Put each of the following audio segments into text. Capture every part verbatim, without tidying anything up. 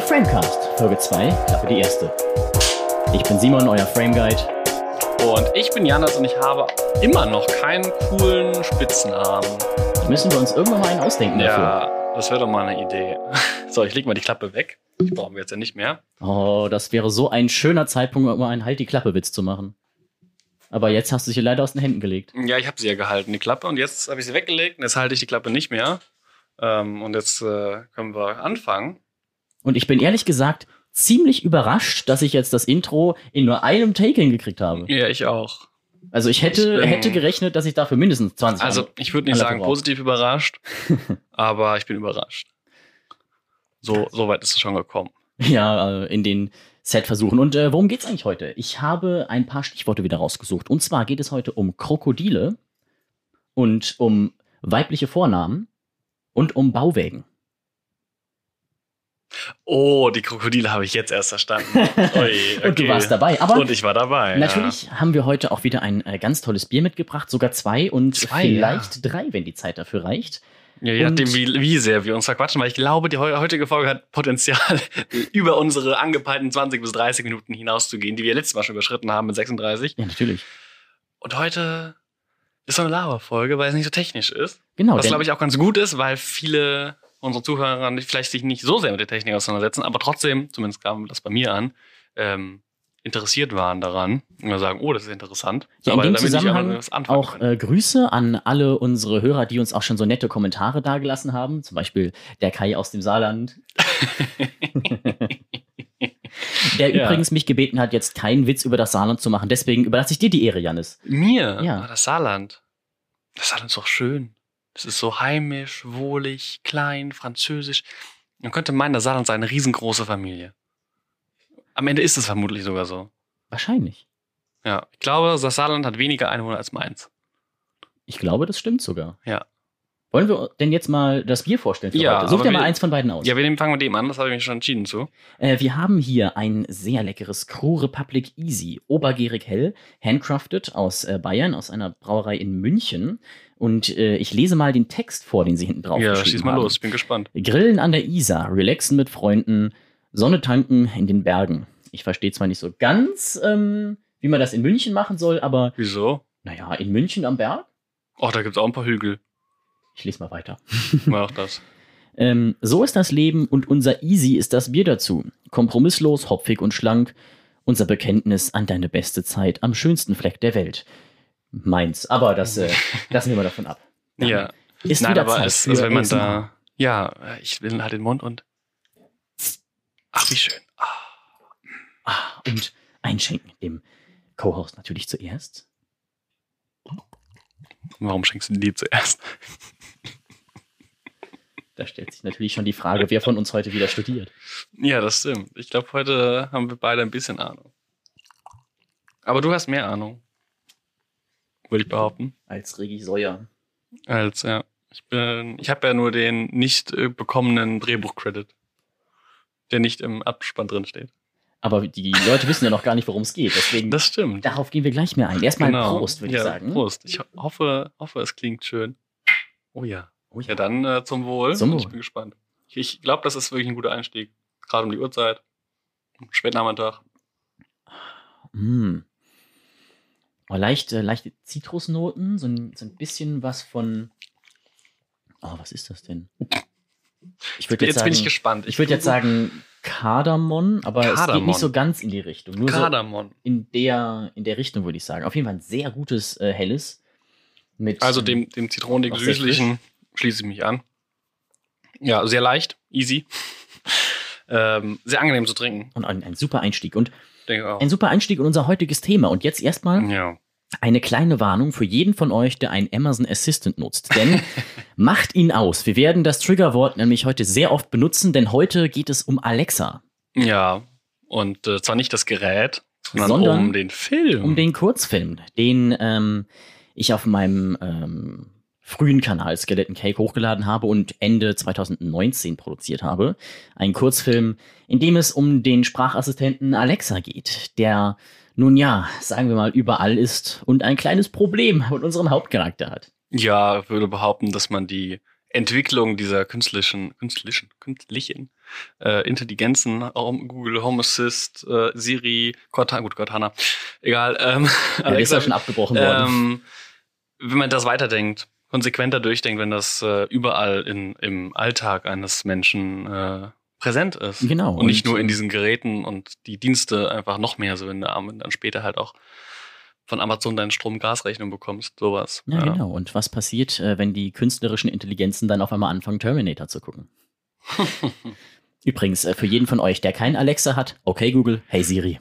Framecast, Folge zwei, Klappe die erste. Ich bin Simon, euer Frameguide. Und ich bin Janis und ich habe immer noch keinen coolen Spitznamen. Müssen wir uns irgendwann mal einen ausdenken dafür. Ja, das wäre doch mal eine Idee. So, ich leg mal die Klappe weg. Die brauchen wir jetzt ja nicht mehr. Oh, das wäre so ein schöner Zeitpunkt, um einen Halt-die-Klappe-Witz zu machen. Aber jetzt hast du sie leider aus den Händen gelegt. Ja, ich habe sie ja gehalten, die Klappe. Und jetzt habe ich sie weggelegt und jetzt halte ich die Klappe nicht mehr. Ähm, und jetzt äh, können wir anfangen. Und ich bin ehrlich gesagt ziemlich überrascht, dass ich jetzt das Intro in nur einem Take hingekriegt habe. Ja, ich auch. Also ich hätte, ich bin, hätte gerechnet, dass ich dafür mindestens zwanzig Also ich würde nicht sagen brauche. positiv überrascht, aber ich bin überrascht. So, so weit ist es schon gekommen. Ja, in den Set-Versuchen. Und äh, worum geht's eigentlich heute? Ich habe ein paar Stichworte wieder rausgesucht. Und zwar geht es heute um Krokodile und um weibliche Vornamen und um Bauwägen. Oh, die Krokodile habe ich jetzt erst verstanden. Ui, okay. Und du warst dabei. Aber und ich war dabei. Natürlich ja. haben wir heute auch wieder ein äh, ganz tolles Bier mitgebracht. Sogar zwei und zwei, vielleicht ja. drei, wenn die Zeit dafür reicht. Ja, je nachdem, wie, wie sehr wir uns verquatschen, weil ich glaube, die heutige Folge hat Potenzial, über unsere angepeilten zwanzig bis dreißig Minuten hinauszugehen, die wir letztes Mal schon überschritten haben mit sechsunddreißig. Ja, natürlich. Und heute ist so eine Laberfolge, weil es nicht so technisch ist. Genau. Was, glaube ich, auch ganz gut ist, weil viele unsere Zuhörer vielleicht sich nicht so sehr mit der Technik auseinandersetzen, aber trotzdem, zumindest kam das bei mir an, ähm, interessiert waren daran und sagen, oh, das ist interessant. Ja, aber in dem damit Zusammenhang ich was anfangen auch kann. äh, Grüße an alle unsere Hörer, die uns auch schon so nette Kommentare dagelassen haben. Zum Beispiel der Kai aus dem Saarland. Der ja. übrigens mich gebeten hat, jetzt keinen Witz über das Saarland zu machen. Deswegen überlasse ich dir die Ehre, Janis. Mir? Ja. Ah, das Saarland. Das Saarland ist doch schön. Es ist so heimisch, wohlig, klein, französisch. Man könnte meinen, das Saarland sei eine riesengroße Familie. Am Ende ist es vermutlich sogar so. Wahrscheinlich. Ja, ich glaube, das Saarland hat weniger Einwohner als Mainz. Ich glaube, das stimmt sogar. Ja. Wollen wir denn jetzt mal das Bier vorstellen für ja, heute? Such dir mal wir, eins von beiden aus. Ja, wir fangen mit dem an, das habe ich mich schon entschieden zu. Äh, wir haben hier ein sehr leckeres Crew Republic Easy, obergärig hell, handcrafted aus äh, Bayern, aus einer Brauerei in München. Und äh, ich lese mal den Text vor, den sie hinten drauf ja, geschrieben haben. Ja, schieß mal los, ich bin gespannt. Grillen an der Isar, relaxen mit Freunden, Sonne tanken in den Bergen. Ich verstehe zwar nicht so ganz, ähm, wie man das in München machen soll, aber... Wieso? Naja, in München am Berg? Oh, da gibt es auch ein paar Hügel. Ich lese mal weiter. Mach das. ähm, so ist das Leben und unser Easy ist das Bier dazu. Kompromisslos, hopfig und schlank. Unser Bekenntnis an deine beste Zeit am schönsten Fleck der Welt. Meins, aber das äh, lassen wir mal davon ab. Dann ja. Ist Nein, wieder aber Zeit es, für also wenn man A S M R. da... Ja, ich will halt den Mund und... Ach, wie schön. Ah. Ah, und einschenken dem Co-Host natürlich zuerst. Warum schenkst du die zuerst? Da stellt sich natürlich schon die Frage, wer von uns heute wieder studiert. Ja, das stimmt. Ich glaube, heute haben wir beide ein bisschen Ahnung. Aber du hast mehr Ahnung. Würde ich behaupten. Als Regi Sawyer. Als, ja. Ich bin, ich habe ja nur den nicht äh, bekommenen Drehbuch-Credit. Der nicht im Abspann drin steht. Aber die Leute wissen ja noch gar nicht, worum es geht. Deswegen das stimmt. Darauf gehen wir gleich mehr ein. Erstmal genau. Prost, würde ja, ich sagen. Prost. Ich hoffe, hoffe, es klingt schön. Oh ja. Oh ja. Ja, dann äh, zum Wohl. Zum Wohl. Ich bin gespannt. Ich, ich glaube, das ist wirklich ein guter Einstieg. Gerade um die Uhrzeit. Spätnachmittag. Mm. Oh, leichte, leichte Zitrusnoten. So ein, so ein bisschen was von... Oh, was ist das denn? Ich würd jetzt jetzt sagen, bin ich gespannt. Ich, ich würde jetzt sagen Kardamom, aber Kardamom. Es geht nicht so ganz in die Richtung. Nur Kardamom. So in der, in der Richtung, würde ich sagen. Auf jeden Fall ein sehr gutes äh, Helles. Mit, also dem, dem zitronigen, süßlichen schließe ich mich an. Ja, sehr leicht, easy. ähm, sehr angenehm zu trinken. Und ein, ein super Einstieg. Und denke auch. Ein super Einstieg in unser heutiges Thema. Und jetzt erstmal ja. eine kleine Warnung für jeden von euch, der einen Amazon Assistant nutzt. Denn macht ihn aus. Wir werden das Triggerwort nämlich heute sehr oft benutzen, denn heute geht es um Alexa. Ja, und äh, zwar nicht das Gerät, sondern, sondern um den Film. Um den Kurzfilm, den ähm, ich auf meinem ähm, frühen Kanal Skeleton Cake hochgeladen habe und Ende zwanzig neunzehn produziert habe. Ein Kurzfilm, in dem es um den Sprachassistenten Alexa geht, der, nun ja, sagen wir mal, überall ist und ein kleines Problem mit unserem Hauptcharakter hat. Ja, ich würde behaupten, dass man die Entwicklung dieser künstlichen, künstlichen, künstlichen äh, Intelligenzen, Home, Google, Home Assist, äh, Siri, Cortana, gut, Cortana, egal. Ähm, ja, Alexa, ist ja schon abgebrochen worden. Ähm, wenn man das weiterdenkt, konsequenter durchdenkt, wenn das äh, überall in, im Alltag eines Menschen äh, präsent ist. Genau. Und nicht und, nur in diesen Geräten und die Dienste einfach noch mehr, so wenn du dann später halt auch von Amazon deine Strom-Gas-Rechnung bekommst, sowas. Ja, ja, genau. Und was passiert, wenn die künstlerischen Intelligenzen dann auf einmal anfangen, Terminator zu gucken? Übrigens, für jeden von euch, der keinen Alexa hat, okay Google, hey Siri.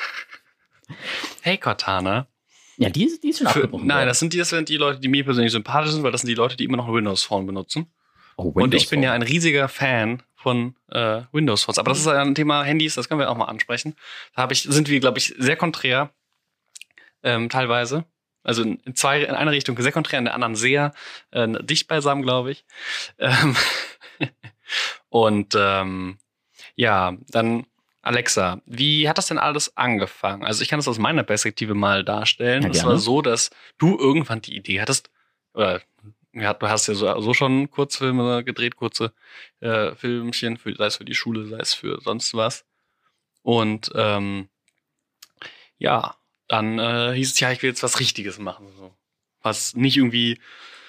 Hey Cortana. Ja, die, die ist schon für, abgebrochen Nein, worden. das sind, die, das sind die Leute, die mir persönlich sympathisch sind, weil das sind die Leute, die immer noch Windows Phone benutzen. Oh, Windows Und ich bin Phone. ja ein riesiger Fan von äh, Windows Phones. Aber das ist ein Thema Handys, das können wir auch mal ansprechen. Da hab ich, sind wir, glaube ich, sehr konträr, ähm, teilweise. Also in, zwei, in einer Richtung sehr konträr, in der anderen sehr äh, dicht beisammen, glaube ich. Ähm und ähm, ja, dann Alexa, wie hat das denn alles angefangen? Also ich kann das aus meiner Perspektive mal darstellen. Ja, es war so, dass du irgendwann die Idee hattest, oder ja, du hast ja so, so schon Kurzfilme gedreht, kurze äh, Filmchen, für, sei es für die Schule, sei es für sonst was. Und ähm, ja, dann äh, hieß es ja, ich will jetzt was Richtiges machen. So. Was nicht irgendwie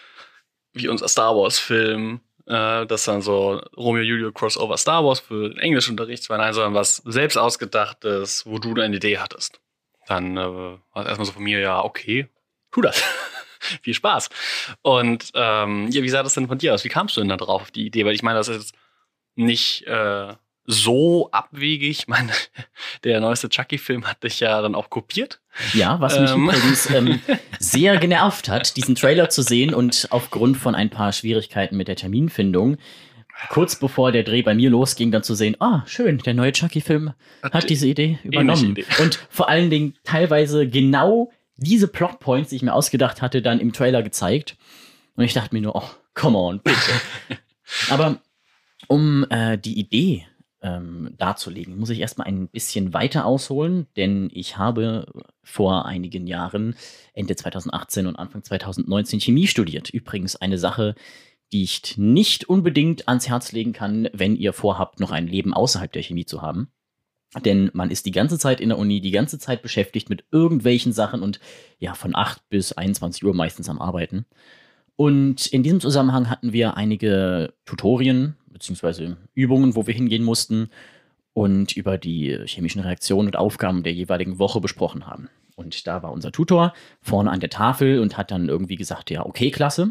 wie unser Star Wars-Film, äh, das dann so Romeo Julio Crossover Star Wars für den Englischunterricht war, nein, sondern was selbst ausgedachtes, wo du eine Idee hattest. Dann äh, war es erstmal so von mir, ja, okay, tu das. Viel Spaß. Und ähm, ja, wie sah das denn von dir aus? Wie kamst du denn da drauf auf die Idee? Weil ich meine, das ist jetzt nicht äh, so abwegig. Ich meine, der neueste Chucky-Film hat dich ja dann auch kopiert. Ja, was mich ähm. übrigens ähm, sehr genervt hat, diesen Trailer zu sehen und aufgrund von ein paar Schwierigkeiten mit der Terminfindung, kurz bevor der Dreh bei mir losging, dann zu sehen, ah, schön, der neue Chucky-Film hat, hat diese Idee übernommen. Idee. Und vor allen Dingen teilweise genau diese Plotpoints, die ich mir ausgedacht hatte, dann im Trailer gezeigt. Und ich dachte mir nur, oh, come on, bitte. Aber um äh, die Idee ähm, darzulegen, muss ich erstmal ein bisschen weiter ausholen, denn ich habe vor einigen Jahren, Ende zwanzig achtzehn und Anfang zwanzig neunzehn, Chemie studiert. Übrigens eine Sache, die ich nicht unbedingt ans Herz legen kann, wenn ihr vorhabt, noch ein Leben außerhalb der Chemie zu haben. Denn man ist die ganze Zeit in der Uni, die ganze Zeit beschäftigt mit irgendwelchen Sachen und ja, von acht bis einundzwanzig Uhr meistens am Arbeiten. Und in diesem Zusammenhang hatten wir einige Tutorien bzw. Übungen, wo wir hingehen mussten und über die chemischen Reaktionen und Aufgaben der jeweiligen Woche besprochen haben. Und da war unser Tutor vorne an der Tafel und hat dann irgendwie gesagt, ja, okay, klasse.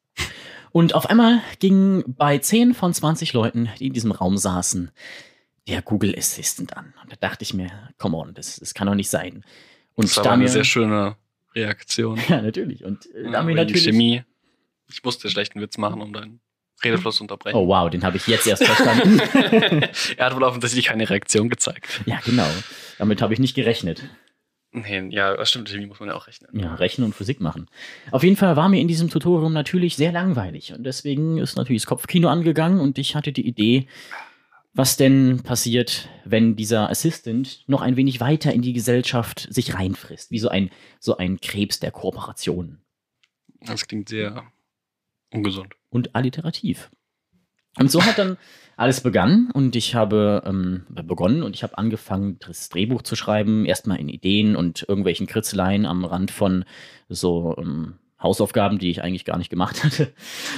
Und auf einmal ging bei zehn von zwanzig Leuten, die in diesem Raum saßen, der Google Assistant an. Und da dachte ich mir, come on, das, das kann doch nicht sein. Und das war da eine mir, sehr schöne Reaktion. Ja, natürlich. Und äh, ja, da mir natürlich Chemie. Ich musste einen schlechten Witz machen, um deinen Redefluss zu unterbrechen. Oh wow, den habe ich jetzt erst verstanden. Er hat wohl offensichtlich keine Reaktion gezeigt. Ja, genau. Damit habe ich nicht gerechnet. Nee, ja, das stimmt, Chemie muss man ja auch rechnen. Ja, rechnen und Physik machen. Auf jeden Fall war mir in diesem Tutorium natürlich sehr langweilig. Und deswegen ist natürlich das Kopfkino angegangen und ich hatte die Idee, was denn passiert, wenn dieser Assistant noch ein wenig weiter in die Gesellschaft sich reinfrisst. Wie so ein, so ein Krebs der Kooperation. Das klingt sehr ungesund. Und alliterativ. Und so hat dann alles begann und ich habe ähm, begonnen und ich habe angefangen, das Drehbuch zu schreiben. Erstmal in Ideen und irgendwelchen Kritzeleien am Rand von so ähm, Hausaufgaben, die ich eigentlich gar nicht gemacht hatte.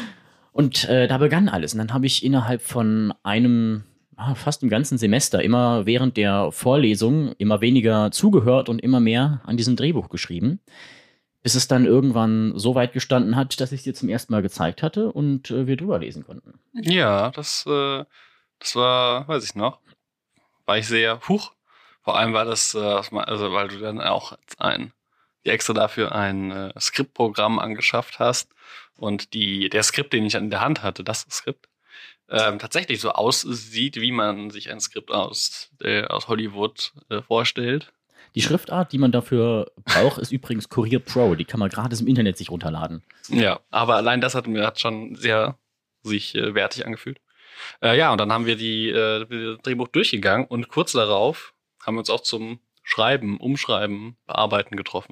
Und äh, da begann alles. Und dann habe ich innerhalb von einem fast im ganzen Semester, immer während der Vorlesung, immer weniger zugehört und immer mehr an diesem Drehbuch geschrieben, bis es dann irgendwann so weit gestanden hat, dass ich es dir zum ersten Mal gezeigt hatte und äh, wir drüber lesen konnten. Ja, das, äh, das war, weiß ich noch, war ich sehr, huch, vor allem war das, äh, also weil du dann auch ein, die extra dafür ein äh, Skriptprogramm angeschafft hast und die, der Skript, den ich in der Hand hatte, das Skript, Ähm, tatsächlich so aussieht, wie man sich ein Skript aus, äh, aus Hollywood äh, vorstellt. Die Schriftart, die man dafür braucht, ist übrigens Courier Pro. Die kann man gratis im Internet sich runterladen. Ja, aber allein das hat mir hat schon sehr sich äh, wertig angefühlt. Äh, ja, und dann haben wir die äh, das Drehbuch durchgegangen und kurz darauf haben wir uns auch zum Schreiben, Umschreiben, Bearbeiten getroffen.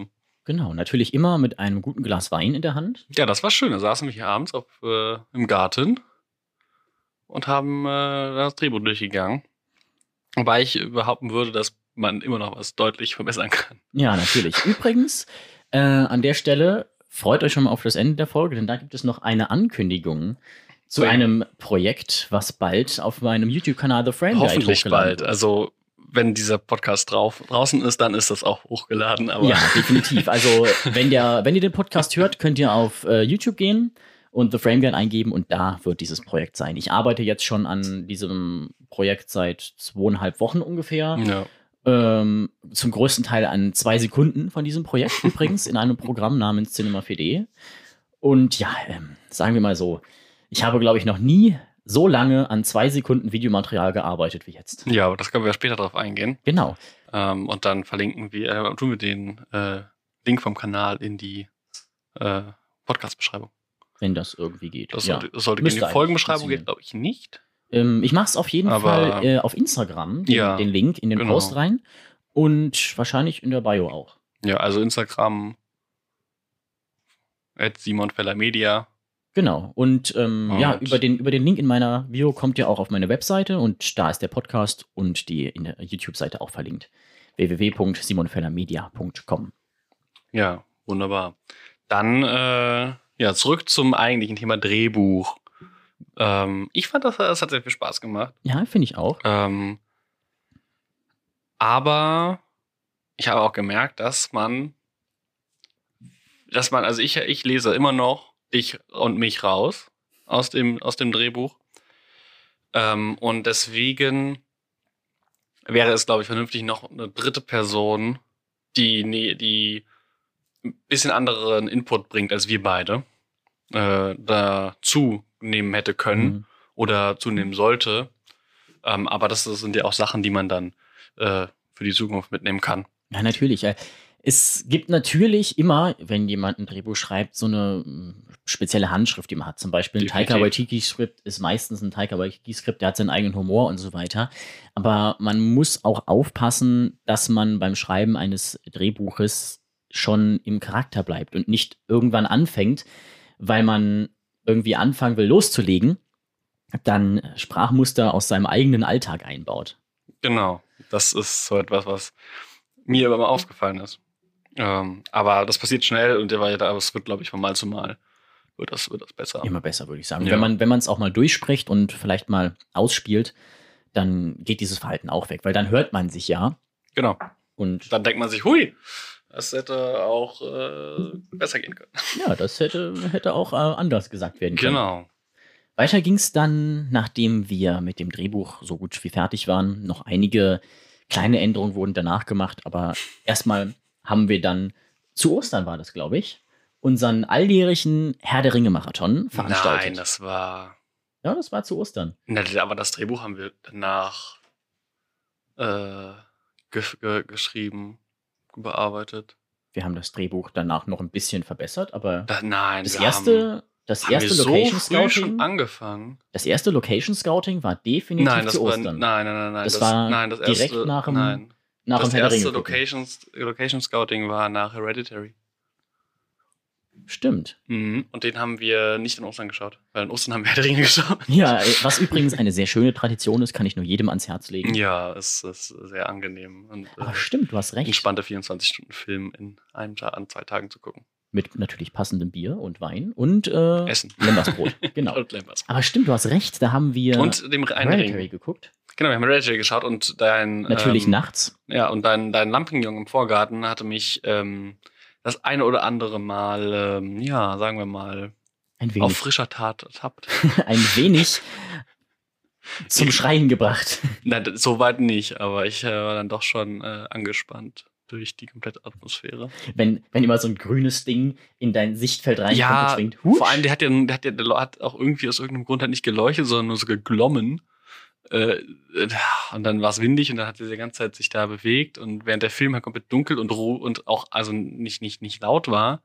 Genau, natürlich immer mit einem guten Glas Wein in der Hand. Ja, das war schön. Da saßen wir hier abends auf, äh, im Garten und haben äh, das Drehbuch durchgegangen. Wobei ich behaupten würde, dass man immer noch was deutlich verbessern kann. Ja, natürlich. Übrigens, äh, an der Stelle freut euch schon mal auf das Ende der Folge, denn da gibt es noch eine Ankündigung zu Ui. einem Projekt, was bald auf meinem YouTube-Kanal The Frame Guide Hoffentlich hochgeladen bald. wird. Also, wenn dieser Podcast drauf, draußen ist, dann ist das auch hochgeladen. Aber Ja, definitiv. Also, wenn, der, wenn ihr den Podcast hört, könnt ihr auf äh, YouTube gehen und The Frame Guide eingeben und da wird dieses Projekt sein. Ich arbeite jetzt schon an diesem Projekt seit zweieinhalb Wochen ungefähr. ja. Ähm, zum größten Teil an zwei Sekunden von diesem Projekt übrigens in einem Programm namens Cinema vier D. Und ja, ähm, sagen wir mal so, ich habe, glaube ich, noch nie so lange an zwei Sekunden Videomaterial gearbeitet wie jetzt. ja, aber das können wir später drauf eingehen. Genau. Ähm, und dann verlinken wir, äh, tun wir den äh, Link vom Kanal in die äh, Podcast-Beschreibung. Wenn das irgendwie geht. Das ja. sollte, das sollte gehen. Müsste Die eigentlich Folgenbeschreibung funktionieren. geht, glaube ich, nicht. Ähm, ich mache es auf jeden Aber- Fall äh, auf Instagram, den, Ja, den Link in den genau. Post rein. Und wahrscheinlich in der Bio auch. Ja, also Instagram at Simon Feller Media. Genau. Und ähm, ja, Und- über den, über den Link in meiner Bio kommt ihr auch auf meine Webseite und da ist der Podcast und die in der YouTube-Seite auch verlinkt. w w w punkt simon feller media punkt com. Ja, wunderbar. Dann äh, ja, zurück zum eigentlichen Thema Drehbuch. Ähm, ich fand, das, das hat sehr viel Spaß gemacht. Ja, finde ich auch. Ähm, aber ich habe auch gemerkt, dass man, dass man, also ich, ich lese immer noch dich und mich raus aus dem, aus dem Drehbuch. Ähm, und deswegen wäre es, glaube ich, vernünftig, noch eine dritte Person, die, nee, die ein bisschen anderen Input bringt als wir beide, äh, dazu nehmen hätte können Mhm. oder zunehmen sollte. Ähm, aber das, das sind ja auch Sachen, die man dann äh, für die Zukunft mitnehmen kann. Ja, natürlich. Äh, Es gibt natürlich immer, wenn jemand ein Drehbuch schreibt, so eine mm, spezielle Handschrift, die man hat. Zum Beispiel ein Taika Definitiv. Waititi-Skript ist meistens ein Taika Waititi-Skript, der hat seinen eigenen Humor und so weiter. Aber man muss auch aufpassen, dass man beim Schreiben eines Drehbuches schon im Charakter bleibt und nicht irgendwann anfängt, weil man irgendwie anfangen will, loszulegen, dann Sprachmuster aus seinem eigenen Alltag einbaut. Genau. Das ist so etwas, was mir immer mal aufgefallen ist. Ähm, aber das passiert schnell und der war ja da, aber es wird, glaube ich, von Mal zu Mal wird das, wird das besser. Immer besser, würde ich sagen. Ja. Wenn man wenn man es auch mal durchspricht und vielleicht mal ausspielt, dann geht dieses Verhalten auch weg, weil dann hört man sich ja Genau. und Dann denkt man sich, hui, das hätte auch äh, besser gehen können. ja, das hätte hätte auch äh, anders gesagt werden können. Genau. Weiter ging es dann, nachdem wir mit dem Drehbuch so gut wie fertig waren. Noch einige kleine Änderungen wurden danach gemacht, aber erstmal haben wir dann, zu Ostern war das, glaube ich, unseren alljährlichen Herr der Ringe-Marathon veranstaltet. Nein, das war. ja, das war zu Ostern. Na, aber das Drehbuch haben wir danach äh, ge ge geschrieben, bearbeitet. Wir haben das Drehbuch danach noch ein bisschen verbessert, aber Da, nein, das wir erste, haben, das haben erste wir so Location früh schon Scouting, angefangen. das erste Location Scouting war definitiv Nein, das zu war, Ostern. nein, nein, nein, nein. Das war nein, das direkt erste, nach dem- nein. Nach Das dem Herr der erste Ringe gucken. Location, Location Scouting war nach Hereditary. Stimmt. Mhm. Und den haben wir nicht in Ostern geschaut, weil in Ostern haben wir Herr der Ringe geschaut. Ja, äh, was übrigens eine sehr schöne Tradition ist, kann ich nur jedem ans Herz legen. Ja, es ist sehr angenehm und Aber äh, stimmt, du hast recht. entspannte vierundzwanzig-Stunden-Film in einem Tag, an zwei Tagen zu gucken. Mit natürlich passendem Bier und Wein und äh, Essen. Lembersbrot. Genau. Und Lambers. Aber stimmt, du hast recht, da haben wir Und dem einen Hereditary Ring. geguckt. Genau, wir haben Hereditary geschaut und dein Natürlich ähm, nachts. Ja, und dein, dein Lampignon im Vorgarten hatte mich ähm, das eine oder andere Mal, ähm, ja, sagen wir mal, Ein auf wenig, frischer Tat ertappt. ein wenig zum Schreien gebracht. Nein, das- so weit nicht, aber ich äh, war dann doch schon äh, angespannt durch die komplette Atmosphäre. Wenn, wenn immer so ein grünes Ding in dein Sichtfeld reinkommt Ja, und schwingt. Husch. vor allem, der hat ja, der hat ja der hat auch irgendwie aus irgendeinem Grund halt nicht geleuchtet, sondern nur so geglommen. Äh, äh, und dann war es windig und dann hat er die ganze Zeit sich da bewegt und während der Film halt komplett dunkel und roh und auch also nicht nicht nicht laut war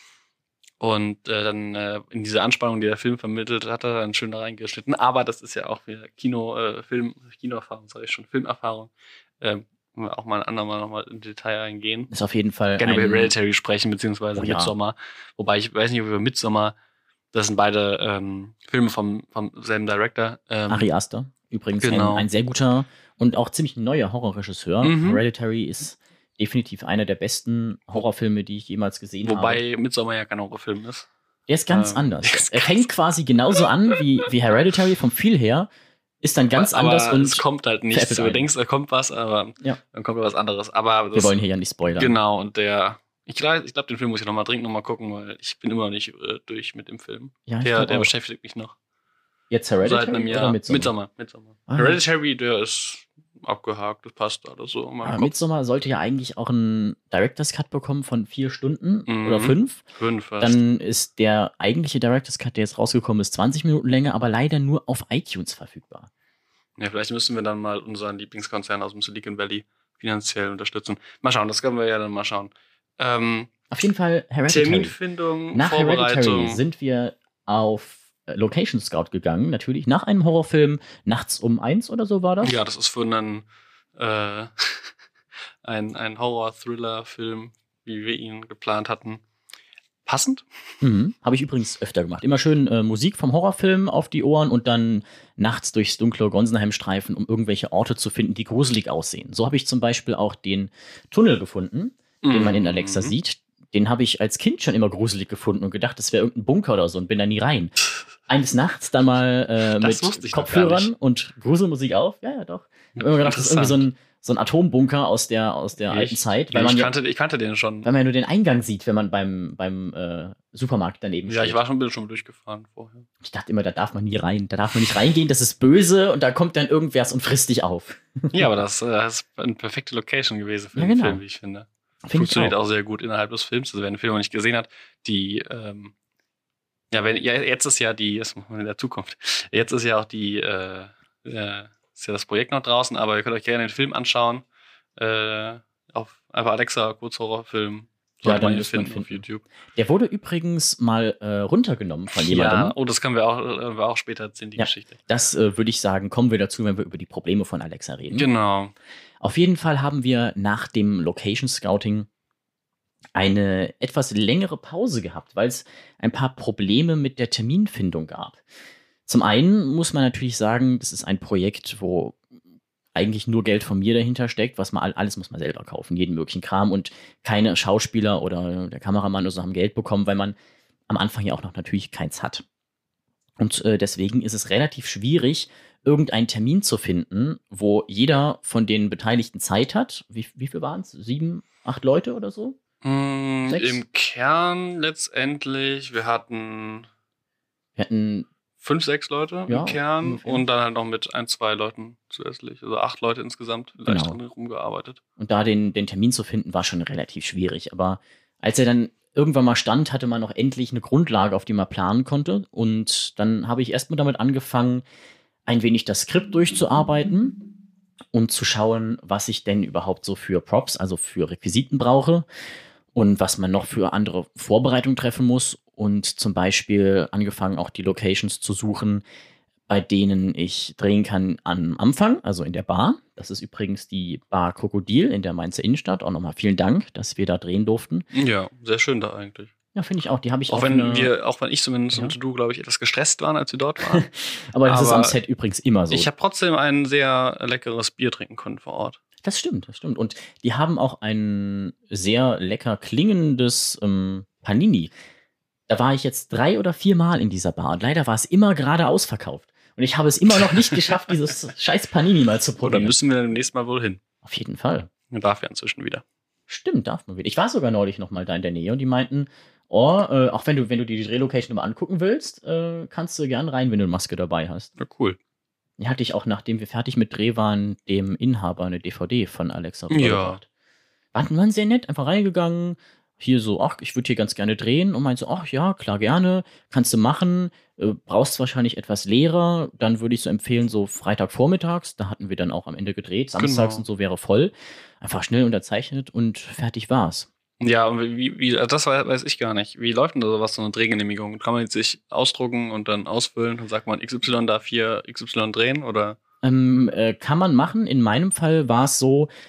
und äh, dann äh, in diese Anspannung, die der Film vermittelt hat, er dann schön da reingeschnitten. Aber das ist ja auch wieder Kino, äh, Film, Kinoerfahrung, sage ich schon, Filmerfahrung. Äh, Können wir auch mal ein andermal nochmal im Detail eingehen. Ist auf jeden Fall Gerne über ein- Hereditary sprechen, beziehungsweise Oh ja. Midsommar. Wobei ich weiß nicht, ob wir Midsommar, das sind beide ähm, Filme vom, vom selben Director. Ähm, Ari Aster, übrigens genau. ein, ein sehr guter und auch ziemlich neuer Horrorregisseur. Mhm. Hereditary ist definitiv einer der besten Horrorfilme, die ich jemals gesehen habe. Wobei Midsommar ja kein Horrorfilm ist. Der ist ganz ähm, anders. der ist Er ganz fängt quasi genauso an wie, wie Hereditary vom Feel her, ist dann ganz aber anders und es kommt halt nichts. veräppelt Du einen. denkst, da kommt was, aber Ja. dann kommt was anderes. Aber das, Wir wollen hier ja nicht spoilern. Genau, und der, ich glaube, ich glaub, den Film muss ich nochmal dringend nochmal gucken, weil ich bin immer noch nicht äh, durch mit dem Film. Ja, ich der glaub der auch. beschäftigt mich noch. Jetzt Hereditary Seit einem oder Jahr. Midsommar? Midsommar. Midsommar. Ah, ja. Hereditary, der ist abgehakt, das passt alles so in meinem Aber Kopf. Midsommar sollte ja eigentlich auch einen Director's Cut bekommen von vier Stunden Mhm. oder fünf. Fünf fast. Dann ist der eigentliche Director's Cut, der jetzt rausgekommen ist, zwanzig Minuten länger, aber leider nur auf iTunes verfügbar. Ja, vielleicht müssen wir dann mal unseren Lieblingskonzern aus dem Silicon Valley finanziell unterstützen. Mal schauen, das können wir ja dann mal schauen. Ähm, Auf jeden Fall Hereditary. Terminfindung, Nach Hereditary Vorbereitung. sind wir auf äh, Location Scout gegangen, natürlich nach einem Horrorfilm, nachts um eins oder so war das. Ja, das ist für einen äh, ein, ein Horror-Thriller-Film, wie wir ihn geplant hatten. Passend? Mhm. Habe ich übrigens öfter gemacht. Immer schön äh, Musik vom Horrorfilm auf die Ohren und dann nachts durchs dunkle Gonsenheim streifen, um irgendwelche Orte zu finden, die gruselig aussehen. So habe ich zum Beispiel auch den Tunnel gefunden, den man in Alexa Mhm. sieht. Den habe ich als Kind schon immer gruselig gefunden und gedacht, das wäre irgendein Bunker oder so und bin da nie rein. Eines Nachts dann mal äh, Das wusste mit ich doch gar Kopfhörern nicht. und Gruselmusik auf. Ja, ja, doch. Ich habe immer gedacht, das ist irgendwie so ein, so ein Atombunker aus der, aus der alten Ich- Zeit, weil man, ich, ja, kannte, ich kannte den schon. weil man ja nur den Eingang sieht, wenn man beim, beim äh, Supermarkt daneben Ja, steht. ich war schon, bin schon durchgefahren vorher. Ich dachte immer, da darf man nie rein. Da darf man nicht reingehen, das ist böse und da kommt dann irgendwer und frisst dich auf. Ja, aber das, äh, das ist eine perfekte Location gewesen für Ja, den genau. Film, wie ich finde. Finde ich Funktioniert auch. auch sehr gut innerhalb des Films. Also wer den Film noch nicht gesehen hat, die, ähm, ja, wenn, ja, jetzt ist ja die, das machen wir in der Zukunft, jetzt ist ja auch die, äh, äh, ist ja das Projekt noch draußen, aber ihr könnt euch gerne den Film anschauen. Äh, auf einfach Alexa, Kurzhorrorfilm. Ja, Sollte dann man müsste man finden auf finden. YouTube. Der wurde übrigens mal äh, runtergenommen von jemandem. Ja, oh, das können wir auch, äh, wir auch später erzählen, die Ja. Geschichte. Das äh, würde ich sagen, kommen wir dazu, wenn wir über die Probleme von Alexa reden. Genau. Auf jeden Fall haben wir nach dem Location Scouting eine etwas längere Pause gehabt, weil es ein paar Probleme mit der Terminfindung gab. Zum einen muss man natürlich sagen, das ist ein Projekt, wo eigentlich nur Geld von mir dahinter steckt, was man all- alles muss man selber kaufen, jeden möglichen Kram und keine Schauspieler oder der Kameramann oder so haben Geld bekommen, weil man am Anfang ja auch noch natürlich keins hat. Und äh, deswegen ist es relativ schwierig, irgendeinen Termin zu finden, wo jeder von den Beteiligten Zeit hat. Wie, wie viel waren es? Sieben, acht Leute oder so? Mm, Sechs? Im Kern letztendlich, wir hatten Wir hatten, fünf, sechs Leute Ja, im Kern ungefähr. und dann halt noch mit ein, zwei Leuten zusätzlich. Also acht Leute insgesamt vielleicht Genau. dran rumgearbeitet. und da den, den Termin zu finden, war schon relativ schwierig. Aber als er dann irgendwann mal stand, hatte man auch endlich eine Grundlage, auf die man planen konnte. Und dann habe ich erstmal damit angefangen, ein wenig das Skript durchzuarbeiten und zu schauen, was ich denn überhaupt so für Props, also für Requisiten brauche und was man noch für andere Vorbereitungen treffen muss. Und zum Beispiel angefangen, auch die Locations zu suchen, bei denen ich drehen kann am Anfang, also in der Bar. Das ist übrigens die Bar Krokodil in der Mainzer Innenstadt. Auch nochmal vielen Dank, dass wir da drehen durften. Ja, sehr schön da eigentlich. Ja, finde ich auch. Die habe ich Auch auf wenn eine- wir, auch wenn ich zumindest Ja. und du, glaube ich, etwas gestresst waren, als wir dort waren. Aber das ist aber am Set übrigens immer so. Ich habe trotzdem ein sehr leckeres Bier trinken können vor Ort. Das stimmt, das stimmt. Und die haben auch ein sehr lecker klingendes ähm, Panini. Da war ich jetzt drei oder vier Mal in dieser Bar und leider war es immer gerade ausverkauft. Und ich habe es immer noch nicht geschafft, dieses scheiß Panini mal zu Oder probieren. müssen wir demnächst mal wohl hin. Auf jeden Fall. Man darf ja inzwischen wieder. Stimmt, darf man wieder. Ich war sogar neulich noch mal da in der Nähe und die meinten, oh, äh, auch wenn du, wenn du dir die Drehlocation mal angucken willst, äh, kannst du gern rein, wenn du eine Maske dabei hast. Ja, cool. Die hatte ich auch, nachdem wir fertig mit Dreh waren, dem Inhaber eine D V D von Alexa Ja. rübergebracht. Waren, waren sehr nett, einfach reingegangen. Hier so, ach, ich würde hier ganz gerne drehen. Und meinte so, ach ja, klar, gerne. Kannst du machen. Äh, brauchst wahrscheinlich etwas leerer. Dann würde ich so empfehlen, so Freitagvormittags. Da hatten wir dann auch am Ende gedreht. Samstags Genau. und so wäre voll. Einfach schnell unterzeichnet und fertig war's. Ja, und wie, wie, das weiß ich gar nicht. Wie läuft denn da sowas, so eine Drehgenehmigung? Kann man jetzt sich ausdrucken und dann ausfüllen? Dann sagt man X Y darf hier X Y drehen oder? Ähm, äh, kann man machen. In meinem Fall war es so,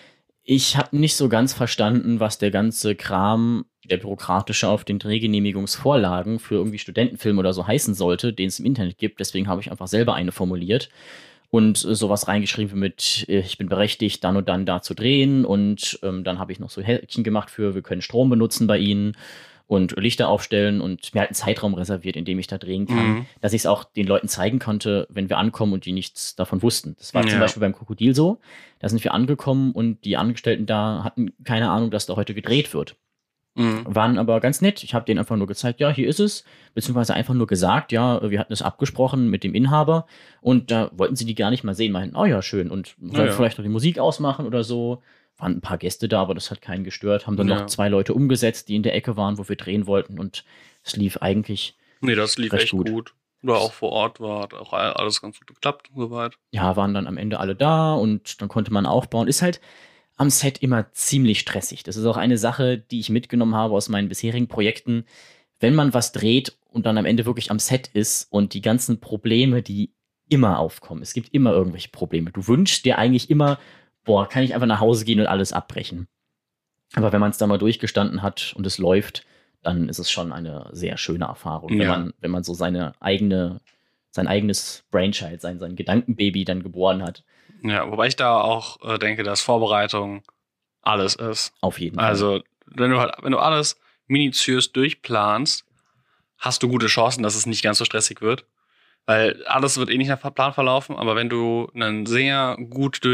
Ich habe nicht so ganz verstanden, was der ganze Kram, der bürokratische auf den Drehgenehmigungsvorlagen für irgendwie Studentenfilme oder so heißen sollte, den es im Internet gibt. Deswegen habe ich einfach selber eine formuliert und äh, sowas reingeschrieben wie mit, äh, ich bin berechtigt, dann und dann da zu drehen. Und ähm, dann habe ich noch so Häkchen gemacht für, wir können Strom benutzen bei Ihnen und Lichter aufstellen und mir halt einen Zeitraum reserviert, in dem ich da drehen kann, Mhm. dass ich es auch den Leuten zeigen konnte, wenn wir ankommen und die nichts davon wussten. Das war Ja. zum Beispiel beim Krokodil so. Da sind wir angekommen und die Angestellten da hatten keine Ahnung, dass da heute gedreht wird. Mhm. Waren aber ganz nett. Ich habe denen einfach nur gezeigt, ja, hier ist es. Beziehungsweise einfach nur gesagt, ja, wir hatten es abgesprochen mit dem Inhaber. Und da wollten sie die gar nicht mal sehen. Meinten, oh ja, schön. Und sollen ja. vielleicht noch die Musik ausmachen oder so. Waren ein paar Gäste da, aber das hat keinen gestört. Haben dann Ja. noch zwei Leute umgesetzt, die in der Ecke waren, wo wir drehen wollten. Und es lief eigentlich, Nee, das lief Recht echt gut. gut. Oder auch vor Ort war, hat auch alles ganz gut geklappt und so weiter. ja, waren dann am Ende alle da und dann konnte man aufbauen. Ist halt am Set immer ziemlich stressig. Das ist auch eine Sache, die ich mitgenommen habe aus meinen bisherigen Projekten. Wenn man was dreht und dann am Ende wirklich am Set ist und die ganzen Probleme, die immer aufkommen. Es gibt immer irgendwelche Probleme. Du wünschst dir eigentlich immer, boah, kann ich einfach nach Hause gehen und alles abbrechen. Aber wenn man es dann mal durchgestanden hat und es läuft, dann ist es schon eine sehr schöne Erfahrung, wenn Ja. man, wenn man so seine eigene, sein eigenes Brainchild, sein, sein Gedankenbaby dann geboren hat. Ja, wobei ich da auch äh, denke, dass Vorbereitung alles ist. Auf jeden Fall. Also, wenn du halt, wenn du alles minutiös durchplanst, hast du gute Chancen, dass es nicht ganz so stressig wird. Weil alles wird eh nicht nach Plan verlaufen, aber wenn du einen sehr gut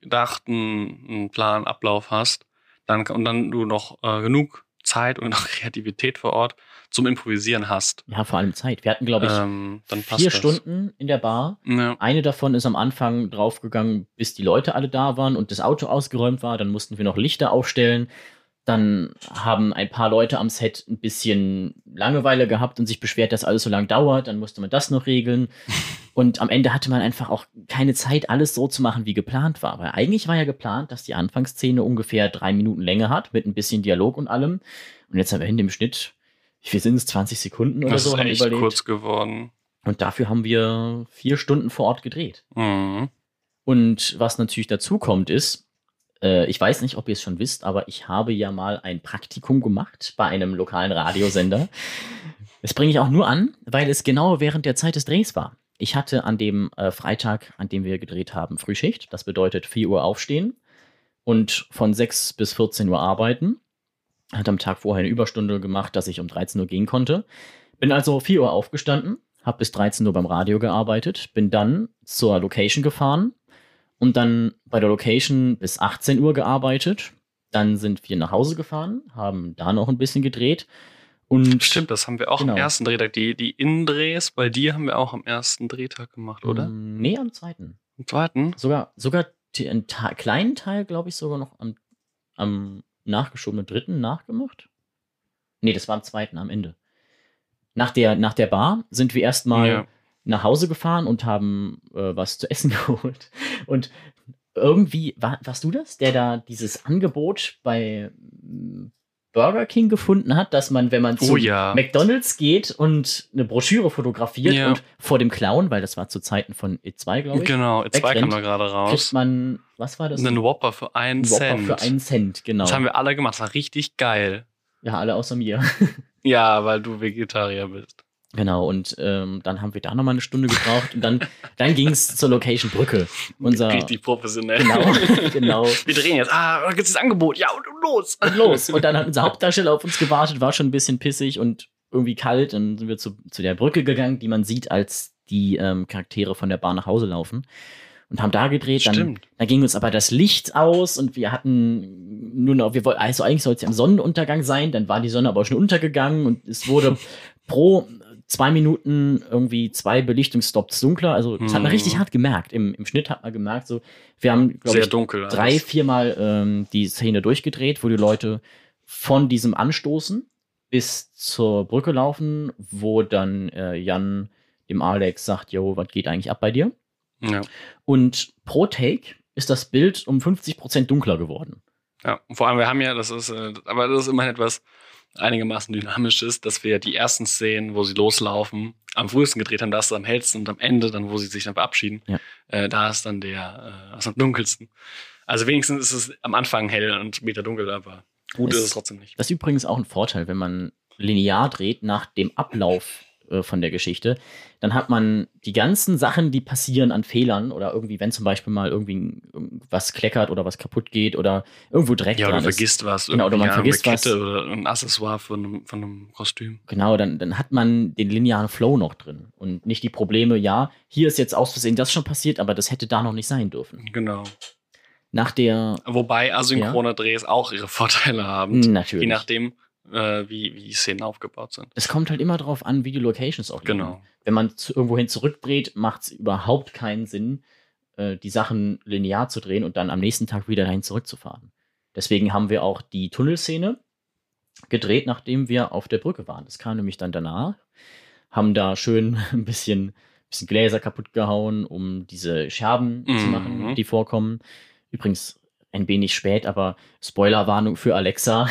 durchdachten Planablauf hast, dann und dann du noch äh, genug Zeit und noch Kreativität vor Ort zum Improvisieren hast, Ja, vor allem Zeit. Wir hatten, glaube ich, ähm, dann passt vier das. Stunden in der Bar. Ja. Eine davon ist am Anfang draufgegangen, bis die Leute alle da waren und das Auto ausgeräumt war. Dann mussten wir noch Lichter aufstellen. Dann haben ein paar Leute am Set ein bisschen Langeweile gehabt und sich beschwert, dass alles so lang dauert. Dann musste man das noch regeln. Und am Ende hatte man einfach auch keine Zeit, alles so zu machen, wie geplant war. Weil eigentlich war ja geplant, dass die Anfangsszene ungefähr drei Minuten Länge hat, mit ein bisschen Dialog und allem. Und jetzt am Ende im Schnitt, wie viel sind es? zwanzig Sekunden oder Das so, ist haben echt überlegt. kurz geworden. Und dafür haben wir vier Stunden vor Ort gedreht. Mhm. Und was natürlich dazu kommt, ist, äh, ich weiß nicht, ob ihr es schon wisst, aber ich habe ja mal ein Praktikum gemacht bei einem lokalen Radiosender. Das bringe ich auch nur an, weil es genau während der Zeit des Drehs war. Ich hatte an dem äh, Freitag, an dem wir gedreht haben, Frühschicht. Das bedeutet vier Uhr aufstehen und von sechs bis vierzehn Uhr arbeiten. Hat am Tag vorher eine Überstunde gemacht, dass ich um dreizehn Uhr gehen konnte. Bin also vier Uhr aufgestanden, habe bis dreizehn Uhr beim Radio gearbeitet, bin dann zur Location gefahren und dann bei der Location bis achtzehn Uhr gearbeitet. Dann sind wir nach Hause gefahren, haben da noch ein bisschen gedreht. Und Stimmt, das haben wir auch Genau. am ersten Drehtag. Die, die Innendrehs bei dir haben wir auch am ersten Drehtag gemacht, oder? Mm, Nee, am zweiten. Am zweiten? Sogar, sogar t- einen Ta- kleinen Teil, glaube ich, sogar noch am, am nachgeschobenen dritten nachgemacht. Nee, das war am zweiten, am Ende. Nach der, nach der Bar sind wir erstmal Ja. nach Hause gefahren und haben äh, was zu essen geholt. Und irgendwie, war, warst du das, der da dieses Angebot bei mm, Burger King gefunden hat, dass man, wenn man zu Oh ja. McDonald's geht und eine Broschüre fotografiert Ja. und vor dem Clown, weil das war zu Zeiten von E zwei, glaube ich, Genau, zwei kam wegrennt, da gerade kriegt raus. man, was war das? Einen Whopper für einen Ein Whopper Cent. für einen Cent, genau. Das haben wir alle gemacht, das war richtig geil. Ja, alle außer mir. Ja, weil du Vegetarier bist. Genau, und ähm, dann haben wir da nochmal eine Stunde gebraucht und dann, dann ging es zur Location Brücke. Unser, Richtig professionell. Genau, genau. Wir drehen jetzt. Ah, da gibt's das Angebot. Ja, und, und los. Und los. Und dann hat unser Hauptdarsteller auf uns gewartet, war schon ein bisschen pissig und irgendwie kalt. Dann sind wir zu, zu der Brücke gegangen, die man sieht, als die ähm, Charaktere von der Bahn nach Hause laufen. Und haben da gedreht. Dann, Stimmt. dann ging uns aber das Licht aus und wir hatten nur noch, wir wollten, also eigentlich sollte es ja am Sonnenuntergang sein, dann war die Sonne aber schon untergegangen und es wurde pro zwei Minuten irgendwie zwei Belichtungsstops dunkler. Also das hat man Mhm. richtig hart gemerkt. Im, Im Schnitt hat man gemerkt, so, wir haben, glaube Sehr ich, dunkel. alles. drei, viermal ähm, die Szene durchgedreht, wo die Leute von diesem Anstoßen bis zur Brücke laufen, wo dann äh, Jan dem Alex sagt, jo, was geht eigentlich ab bei dir? Ja. Und pro Take ist das Bild um fünfzig Prozent dunkler geworden. Ja, und vor allem, wir haben ja, das ist, äh, aber das ist immerhin etwas einigermaßen dynamisch ist, dass wir die ersten Szenen, wo sie loslaufen, am frühesten gedreht haben, da ist es am hellsten und am Ende, dann, wo sie sich dann verabschieden, Ja. äh, da ist dann der, äh, ist am dunkelsten. Also wenigstens ist es am Anfang hell und später dunkel, aber gut ist es trotzdem nicht. Das ist übrigens auch ein Vorteil, wenn man linear dreht nach dem Ablauf äh, von der Geschichte. Dann hat man die ganzen Sachen, die passieren an Fehlern oder irgendwie, wenn zum Beispiel mal irgendwie was kleckert oder was kaputt geht oder irgendwo Dreck Ja, oder dran du ist. vergisst was. Genau, oder man eine vergisst Kette was. oder ein Accessoire von einem, von einem Kostüm. Genau, dann, dann hat man den linearen Flow noch drin und nicht die Probleme, ja, hier ist jetzt aus Versehen das schon passiert, aber das hätte da noch nicht sein dürfen. Genau. Nach der. Wobei asynchrone ja. Drehs auch ihre Vorteile haben. Natürlich. Je nachdem, äh, wie, wie die Szenen aufgebaut sind. Es kommt halt immer drauf an, wie die Locations auch liegen. Genau. Wenn man zu, irgendwohin zurückdreht, macht es überhaupt keinen Sinn, äh, die Sachen linear zu drehen und dann am nächsten Tag wieder dahin zurückzufahren. Deswegen haben wir auch die Tunnelszene gedreht, nachdem wir auf der Brücke waren. Das kam nämlich dann danach. Haben da schön ein bisschen, bisschen Gläser kaputt gehauen, um diese Scherben mhm. zu machen, die vorkommen. Übrigens ein wenig spät, aber Spoilerwarnung für Alexa.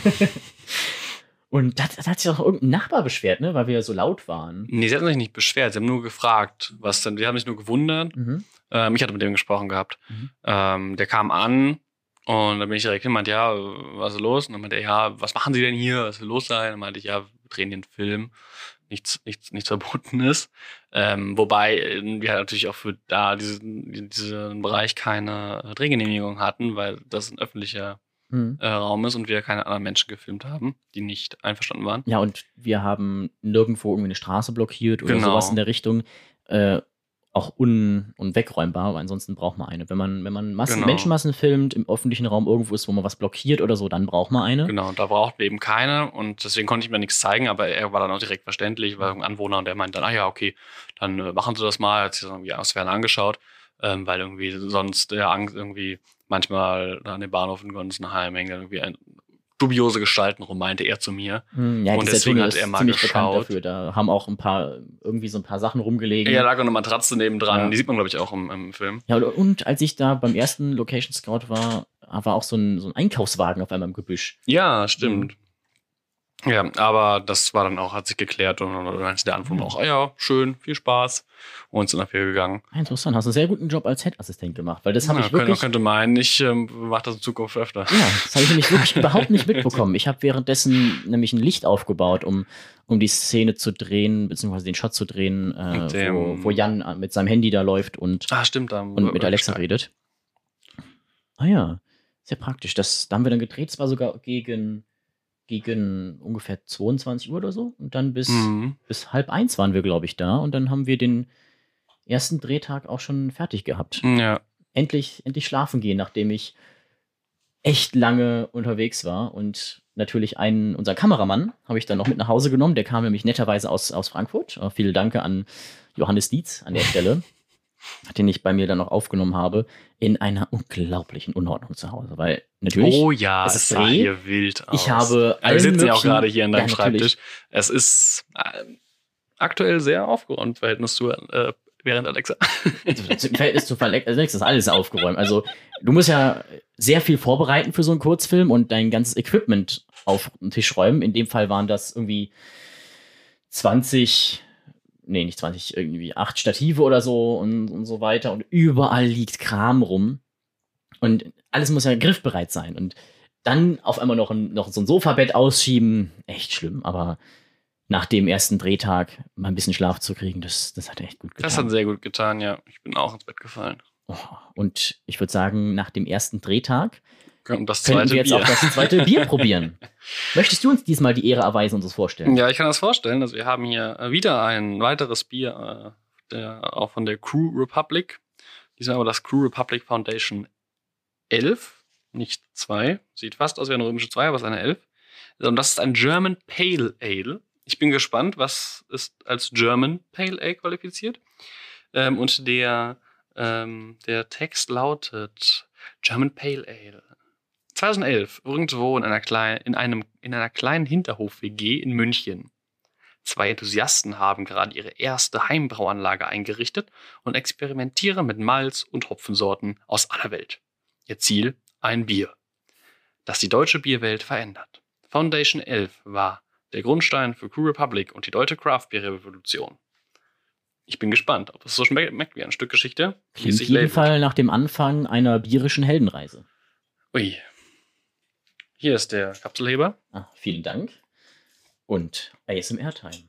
Und da, da hat sich auch irgendein Nachbar beschwert, ne, weil wir so laut waren. Nee, sie haben sich nicht beschwert, sie haben nur gefragt, was denn, die haben sich nur gewundert. Mhm. Ähm, ich hatte mit dem gesprochen gehabt. Mhm. Ähm, der kam an und dann bin ich direkt hin und meinte, ja, was ist los? Und dann meinte er, ja, was machen Sie denn hier? Was will los sein? Dann meinte ich, ja, wir drehen den Film. Nichts, nichts, nichts Verbotenes. Ähm, wobei wir natürlich auch für da diesen, diesen Bereich keine Drehgenehmigung hatten, weil das ein öffentlicher mhm. äh, Raum ist und wir keine anderen Menschen gefilmt haben, die nicht einverstanden waren. Ja, und wir haben nirgendwo irgendwie eine Straße blockiert oder genau. sowas in der Richtung. Äh, auch un- unwegräumbar, aber ansonsten braucht man eine. Wenn man, wenn man Massen, genau. Menschenmassen filmt, im öffentlichen Raum irgendwo ist, wo man was blockiert oder so, dann braucht man eine. Genau, da brauchten wir eben keine und deswegen konnte ich mir nichts zeigen, aber er war dann auch direkt verständlich, war ein Anwohner und der meinte dann, ah ja, okay, dann äh, machen Sie das mal, er hat sich das irgendwie aus Ferne angeschaut, ähm, weil irgendwie sonst der Angst irgendwie manchmal an den Bahnhof in Gonsenheim hängen dann irgendwie ein, dubiose Gestalten rum, meinte er zu mir. Hm, ja, und deswegen hat er mal geschaut. Dafür. Da haben auch ein paar, irgendwie so ein paar Sachen rumgelegen. Ja, lag auch eine Matratze nebendran. Ja. Die sieht man, glaube ich, auch im, im Film. Ja, und, und als ich da beim ersten Location Scout war, war auch so ein, so ein Einkaufswagen auf einmal im Gebüsch. Ja, stimmt. Mhm. Ja, aber das war dann auch, hat sich geklärt und dann meinte der Anwohner mhm. auch, ah ja, schön, viel Spaß. Und sind nach hier gegangen. Interessant, hast einen sehr guten Job als Head-Assistent gemacht, weil das habe ja, ich wirklich... Man könnte meinen, ich ähm, mache das in Zukunft öfter. Ja, das habe ich nämlich wirklich überhaupt nicht mitbekommen. Ich habe währenddessen nämlich ein Licht aufgebaut, um, um die Szene zu drehen, beziehungsweise den Shot zu drehen, äh, dem, wo, wo Jan mit seinem Handy da läuft und, ah, stimmt, da und mit Alexa redet. Ah ja, sehr praktisch. Das, da haben wir dann gedreht, es war sogar gegen... gegen ungefähr zweiundzwanzig Uhr oder so. Und dann bis, mhm. bis halb eins waren wir, glaube ich, da. Und dann haben wir den ersten Drehtag auch schon fertig gehabt. Ja. Endlich, endlich schlafen gehen, nachdem ich echt lange unterwegs war. Und natürlich einen, unser Kameramann habe ich dann noch mit nach Hause genommen. Der kam nämlich netterweise aus, aus Frankfurt. Äh, vielen Dank an Johannes Dietz an der Stelle, den ich bei mir dann noch aufgenommen habe, in einer unglaublichen Unordnung zu Hause. Weil natürlich. Oh ja, es ist sah Dreh. hier wild aus. Ich habe. Ja, wir sitzen ja auch gerade hier an deinem ja, Schreibtisch. Es ist äh, aktuell sehr aufgeräumt, Verhältnis zu äh, während Alexa. Im Verhältnis zu Alexa ist alles aufgeräumt. Also, du musst ja sehr viel vorbereiten für so einen Kurzfilm und dein ganzes Equipment auf den Tisch räumen. In dem Fall waren das irgendwie zwanzig. Nee, nicht zwanzig, irgendwie acht Stative oder so und, und so weiter. Und überall liegt Kram rum. Und alles muss ja griffbereit sein. Und dann auf einmal noch, ein, noch so ein Sofabett ausschieben. Echt schlimm. Aber nach dem ersten Drehtag mal ein bisschen Schlaf zu kriegen, das, das hat echt gut getan. Das hat sehr gut getan, ja. Ich bin auch ins Bett gefallen. Oh, und ich würde sagen, nach dem ersten Drehtag können das könnten wir jetzt Bier. auch das zweite Bier probieren. Möchtest du uns diesmal die Ehre erweisen und uns vorstellen? Ja, ich kann das vorstellen. Also wir haben hier wieder ein weiteres Bier, äh, der, auch von der Crew Republic. Diesmal aber das Crew Republic Foundation elf, nicht zwei. Sieht fast aus wie eine römische zwei, aber es ist eine elf. Und das ist ein German Pale Ale. Ich bin gespannt, was ist als German Pale Ale qualifiziert. Ähm, und der, ähm, der Text lautet German Pale Ale. zweitausendelf, irgendwo in einer, klein, in einem, in einer kleinen Hinterhof-W G in München. Zwei Enthusiasten haben gerade ihre erste Heimbrauanlage eingerichtet und experimentieren mit Malz- und Hopfensorten aus aller Welt. Ihr Ziel? Ein Bier, das die deutsche Bierwelt verändert. Foundation elf war der Grundstein für Crew Republic und die deutsche Craft-Bier-Revolution. Ich bin gespannt, ob es so schmeckt wie ein Stück Geschichte. Klingt auf jeden Fall nach dem Anfang einer bierischen Heldenreise. Ui. Hier ist der Kapselheber. Ah, vielen Dank. Und A S M R-Time.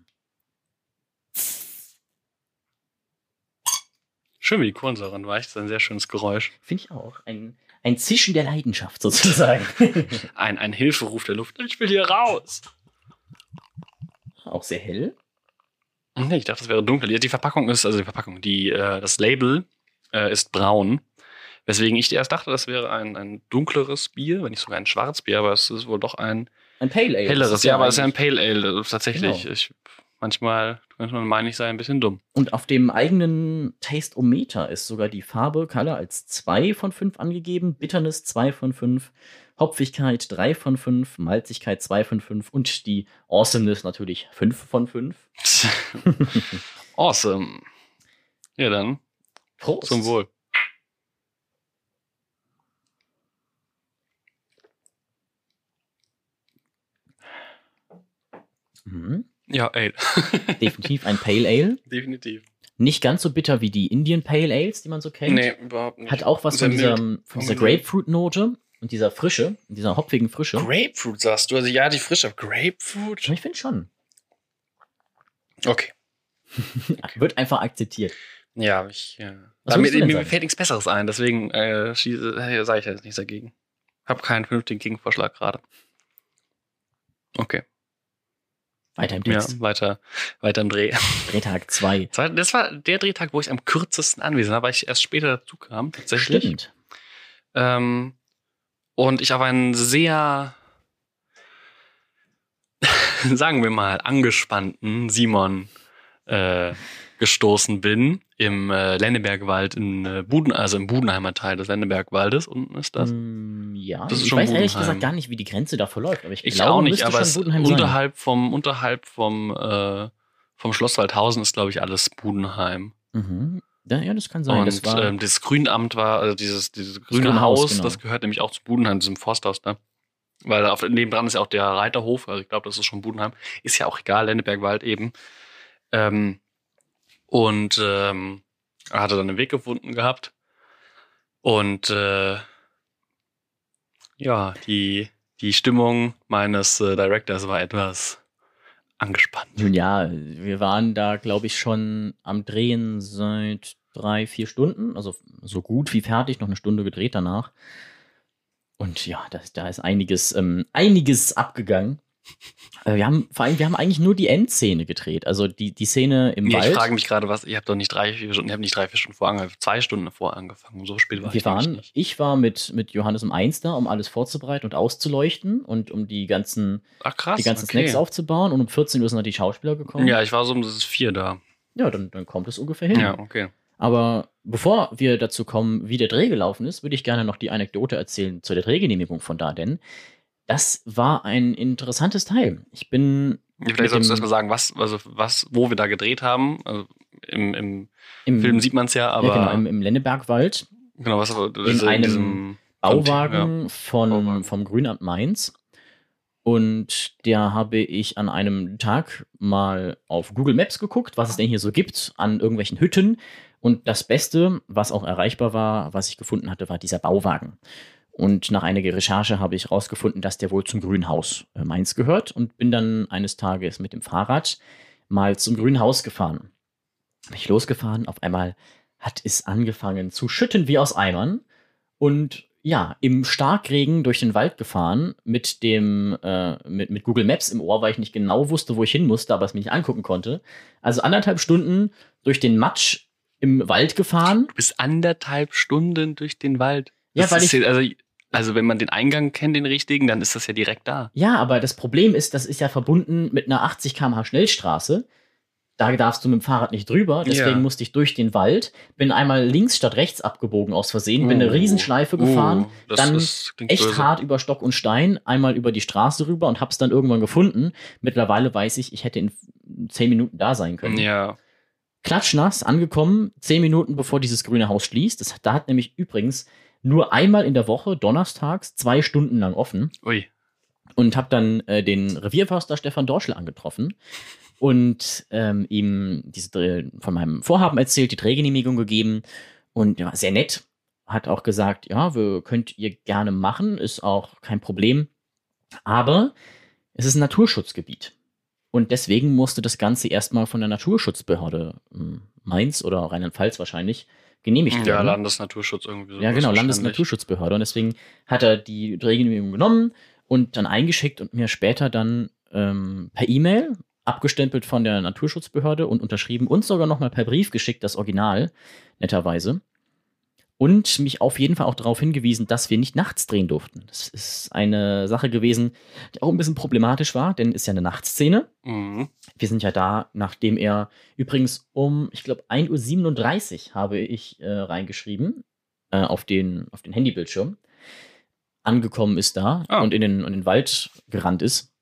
Schön, wie die Kohlensäure anweicht. Das ist ein sehr schönes Geräusch. Finde ich auch. Ein, ein Zischen der Leidenschaft sozusagen. ein, ein Hilferuf der Luft. Ich will hier raus. Auch sehr hell. Nee, ich dachte, das wäre dunkel. Die Verpackung ist, also die Verpackung, die, äh, das Label äh, ist braun. Weswegen ich erst dachte, das wäre ein, ein dunkleres Bier, wenn nicht sogar ein Schwarzbier, aber es ist wohl doch ein, ein Pale Ale. helleres. Ja, aber es ist ja ein Pale Ale, tatsächlich. Genau. Ich, manchmal könnte man meinen, ich sei ein bisschen dumm. Und auf dem eigenen Taste-O-Meter ist sogar die Farbe Color als zwei von fünf angegeben, Bitterness zwei von fünf, Hopfigkeit drei von fünf, Malzigkeit zwei von fünf und die Awesomeness natürlich fünf von fünf. Awesome. Ja, dann. Prost. Zum Wohl. Mhm. Ja, Ale. Definitiv ein Pale Ale. Definitiv. Nicht ganz so bitter wie die Indian Pale Ales, die man so kennt. Nee, überhaupt nicht. Hat auch was Sehr von dieser, mild. von dieser Grapefruit-Note und dieser Frische, dieser hopfigen Frische. Grapefruit sagst du? Also ja, die Frische. Grapefruit? Ich finde schon. Okay. Wird einfach akzeptiert. Ja, ich. Ja. Was Damit, würdest du denn mir sagen? fällt nichts Besseres ein, deswegen äh, äh, sage ich jetzt nichts dagegen. Hab keinen vernünftigen Gegenvorschlag gerade. Okay. Weiter im Ja, Text. weiter, weiter im Dreh. Drehtag zwei. Das war der Drehtag, wo ich am kürzesten anwesend war, weil ich erst später dazu kam, tatsächlich. Stimmt. Ähm, und ich auf einen sehr, sagen wir mal, angespannten Simon äh, gestoßen bin im äh, Lennebergwald in äh, Buden, also im Budenheimer Teil des Lennebergwaldes. Unten ist das. Mm, ja, Das ist ich schon weiß ehrlich Budenheim. gesagt gar nicht, wie die Grenze da verläuft. Aber ich, Ich glaube, auch nicht, müsste aber schon es Budenheim sein. unterhalb vom unterhalb vom äh, vom Schloss Waldhausen ist, glaube ich, alles Budenheim. Mhm. Ja, ja, das kann sein. Und das war ähm, das Grünamt war, also dieses, dieses grüne grüne Haus, Haus, genau. das gehört nämlich auch zu Budenheim, diesem Forsthaus da. Weil auf, nebendran ist ja auch der Reiterhof, also ich glaube, das ist schon Budenheim. Ist ja auch egal, Lennebergwald eben. Ähm, und ähm, er hatte dann einen Weg gefunden gehabt. Und äh, ja, die, die Stimmung meines äh, Directors war etwas angespannt. Nun ja, wir waren da, glaube ich, schon am Drehen seit drei, vier Stunden. Also so gut wie fertig, noch eine Stunde gedreht danach. Und ja, das, da ist einiges, ähm, einiges abgegangen. Äh, wir haben vor allem, wir haben eigentlich nur die Endszene gedreht. Also die, die Szene im Ja, Wald. ich frage mich gerade, was, ihr habt doch nicht drei, vier Stunden, ihr habt nicht drei, vier Stunden vorher angefangen, zwei Stunden vorher angefangen. So spät war Wir ich nämlich waren, nicht. ich war mit, mit Johannes um eins da, um alles vorzubereiten und auszuleuchten und um die ganzen, Ach krass, die ganzen okay. Snacks aufzubauen. Und um vierzehn Uhr sind dann die Schauspieler gekommen. Ja, ich war so um das vier da. Ja, dann, dann kommt es ungefähr hin. Ja, okay. Aber bevor wir dazu kommen, wie der Dreh gelaufen ist, würde ich gerne noch die Anekdote erzählen zu der Drehgenehmigung von da, denn das war ein interessantes Teil. Ich bin Vielleicht mit solltest du dem- erstmal sagen, was, also was, wo wir da gedreht haben. Also im, im im, Film sieht man es ja, aber ja, genau, im, im Lennebergwald, genau, was aber in in einem diesem Bauwagen von, Bauwagen. vom Grünamt Mainz. Und der habe ich an einem Tag mal auf Google Maps geguckt, was es denn hier so gibt an irgendwelchen Hütten. Und das Beste, was auch erreichbar war, was ich gefunden hatte, war dieser Bauwagen. Und nach einiger Recherche habe ich herausgefunden, dass der wohl zum Grünhaus äh, Mainz gehört und bin dann eines Tages mit dem Fahrrad mal zum Grünhaus gefahren. Bin ich losgefahren, auf einmal hat es angefangen zu schütten wie aus Eimern und ja, im Starkregen durch den Wald gefahren mit dem äh, mit, mit Google Maps im Ohr, weil ich nicht genau wusste, wo ich hin musste, aber es mir nicht angucken konnte. Also anderthalb Stunden durch den Matsch im Wald gefahren. Du bist anderthalb Stunden durch den Wald. Ja, Das weil ist ich- ja- also, also wenn man den Eingang kennt, den richtigen, dann ist das ja direkt da. Ja, aber das Problem ist, das ist ja verbunden mit einer achtzig Kilometer pro Stunde Schnellstraße. Da darfst du mit dem Fahrrad nicht drüber, deswegen Ja. musste ich durch den Wald, bin einmal links statt rechts abgebogen aus Versehen, bin eine Oh. Riesenschleife gefahren, Oh, das dann ist- klingt echt böse. hart über Stock und Stein, einmal über die Straße rüber und hab's dann irgendwann gefunden. Mittlerweile weiß ich, ich hätte in zehn Minuten da sein können. Ja. Klatschnass angekommen, zehn Minuten bevor dieses grüne Haus schließt. Das, da hat nämlich übrigens nur einmal in der Woche, donnerstags, zwei Stunden lang offen. Ui. Und habe dann äh, den Revierförster Stefan Dorschel angetroffen. und ähm, ihm diese, von meinem Vorhaben erzählt, die Drehgenehmigung gegeben und ja, sehr nett. Hat auch gesagt, ja, wir könnt ihr gerne machen, ist auch kein Problem. Aber es ist ein Naturschutzgebiet. Und deswegen musste das Ganze erstmal von der Naturschutzbehörde hm, Mainz oder Rheinland-Pfalz wahrscheinlich genehmigt Ja, werden. Landesnaturschutz irgendwie so. Ja, genau, Landesnaturschutzbehörde. Und deswegen hat er die Drehgenehmigung genommen und dann eingeschickt und mir später dann ähm, per E-Mail abgestempelt von der Naturschutzbehörde und unterschrieben und sogar nochmal per Brief geschickt, das Original, netterweise. Und mich auf jeden Fall auch darauf hingewiesen, dass wir nicht nachts drehen durften. Das ist eine Sache gewesen, die auch ein bisschen problematisch war, denn es ist ja eine Nachtszene. Mhm. Wir sind ja da, nachdem er übrigens um, ich glaube, ein Uhr siebenunddreißig habe ich äh, reingeschrieben äh, auf den, auf den Handybildschirm, angekommen ist da Ah. und in den, in den Wald gerannt ist,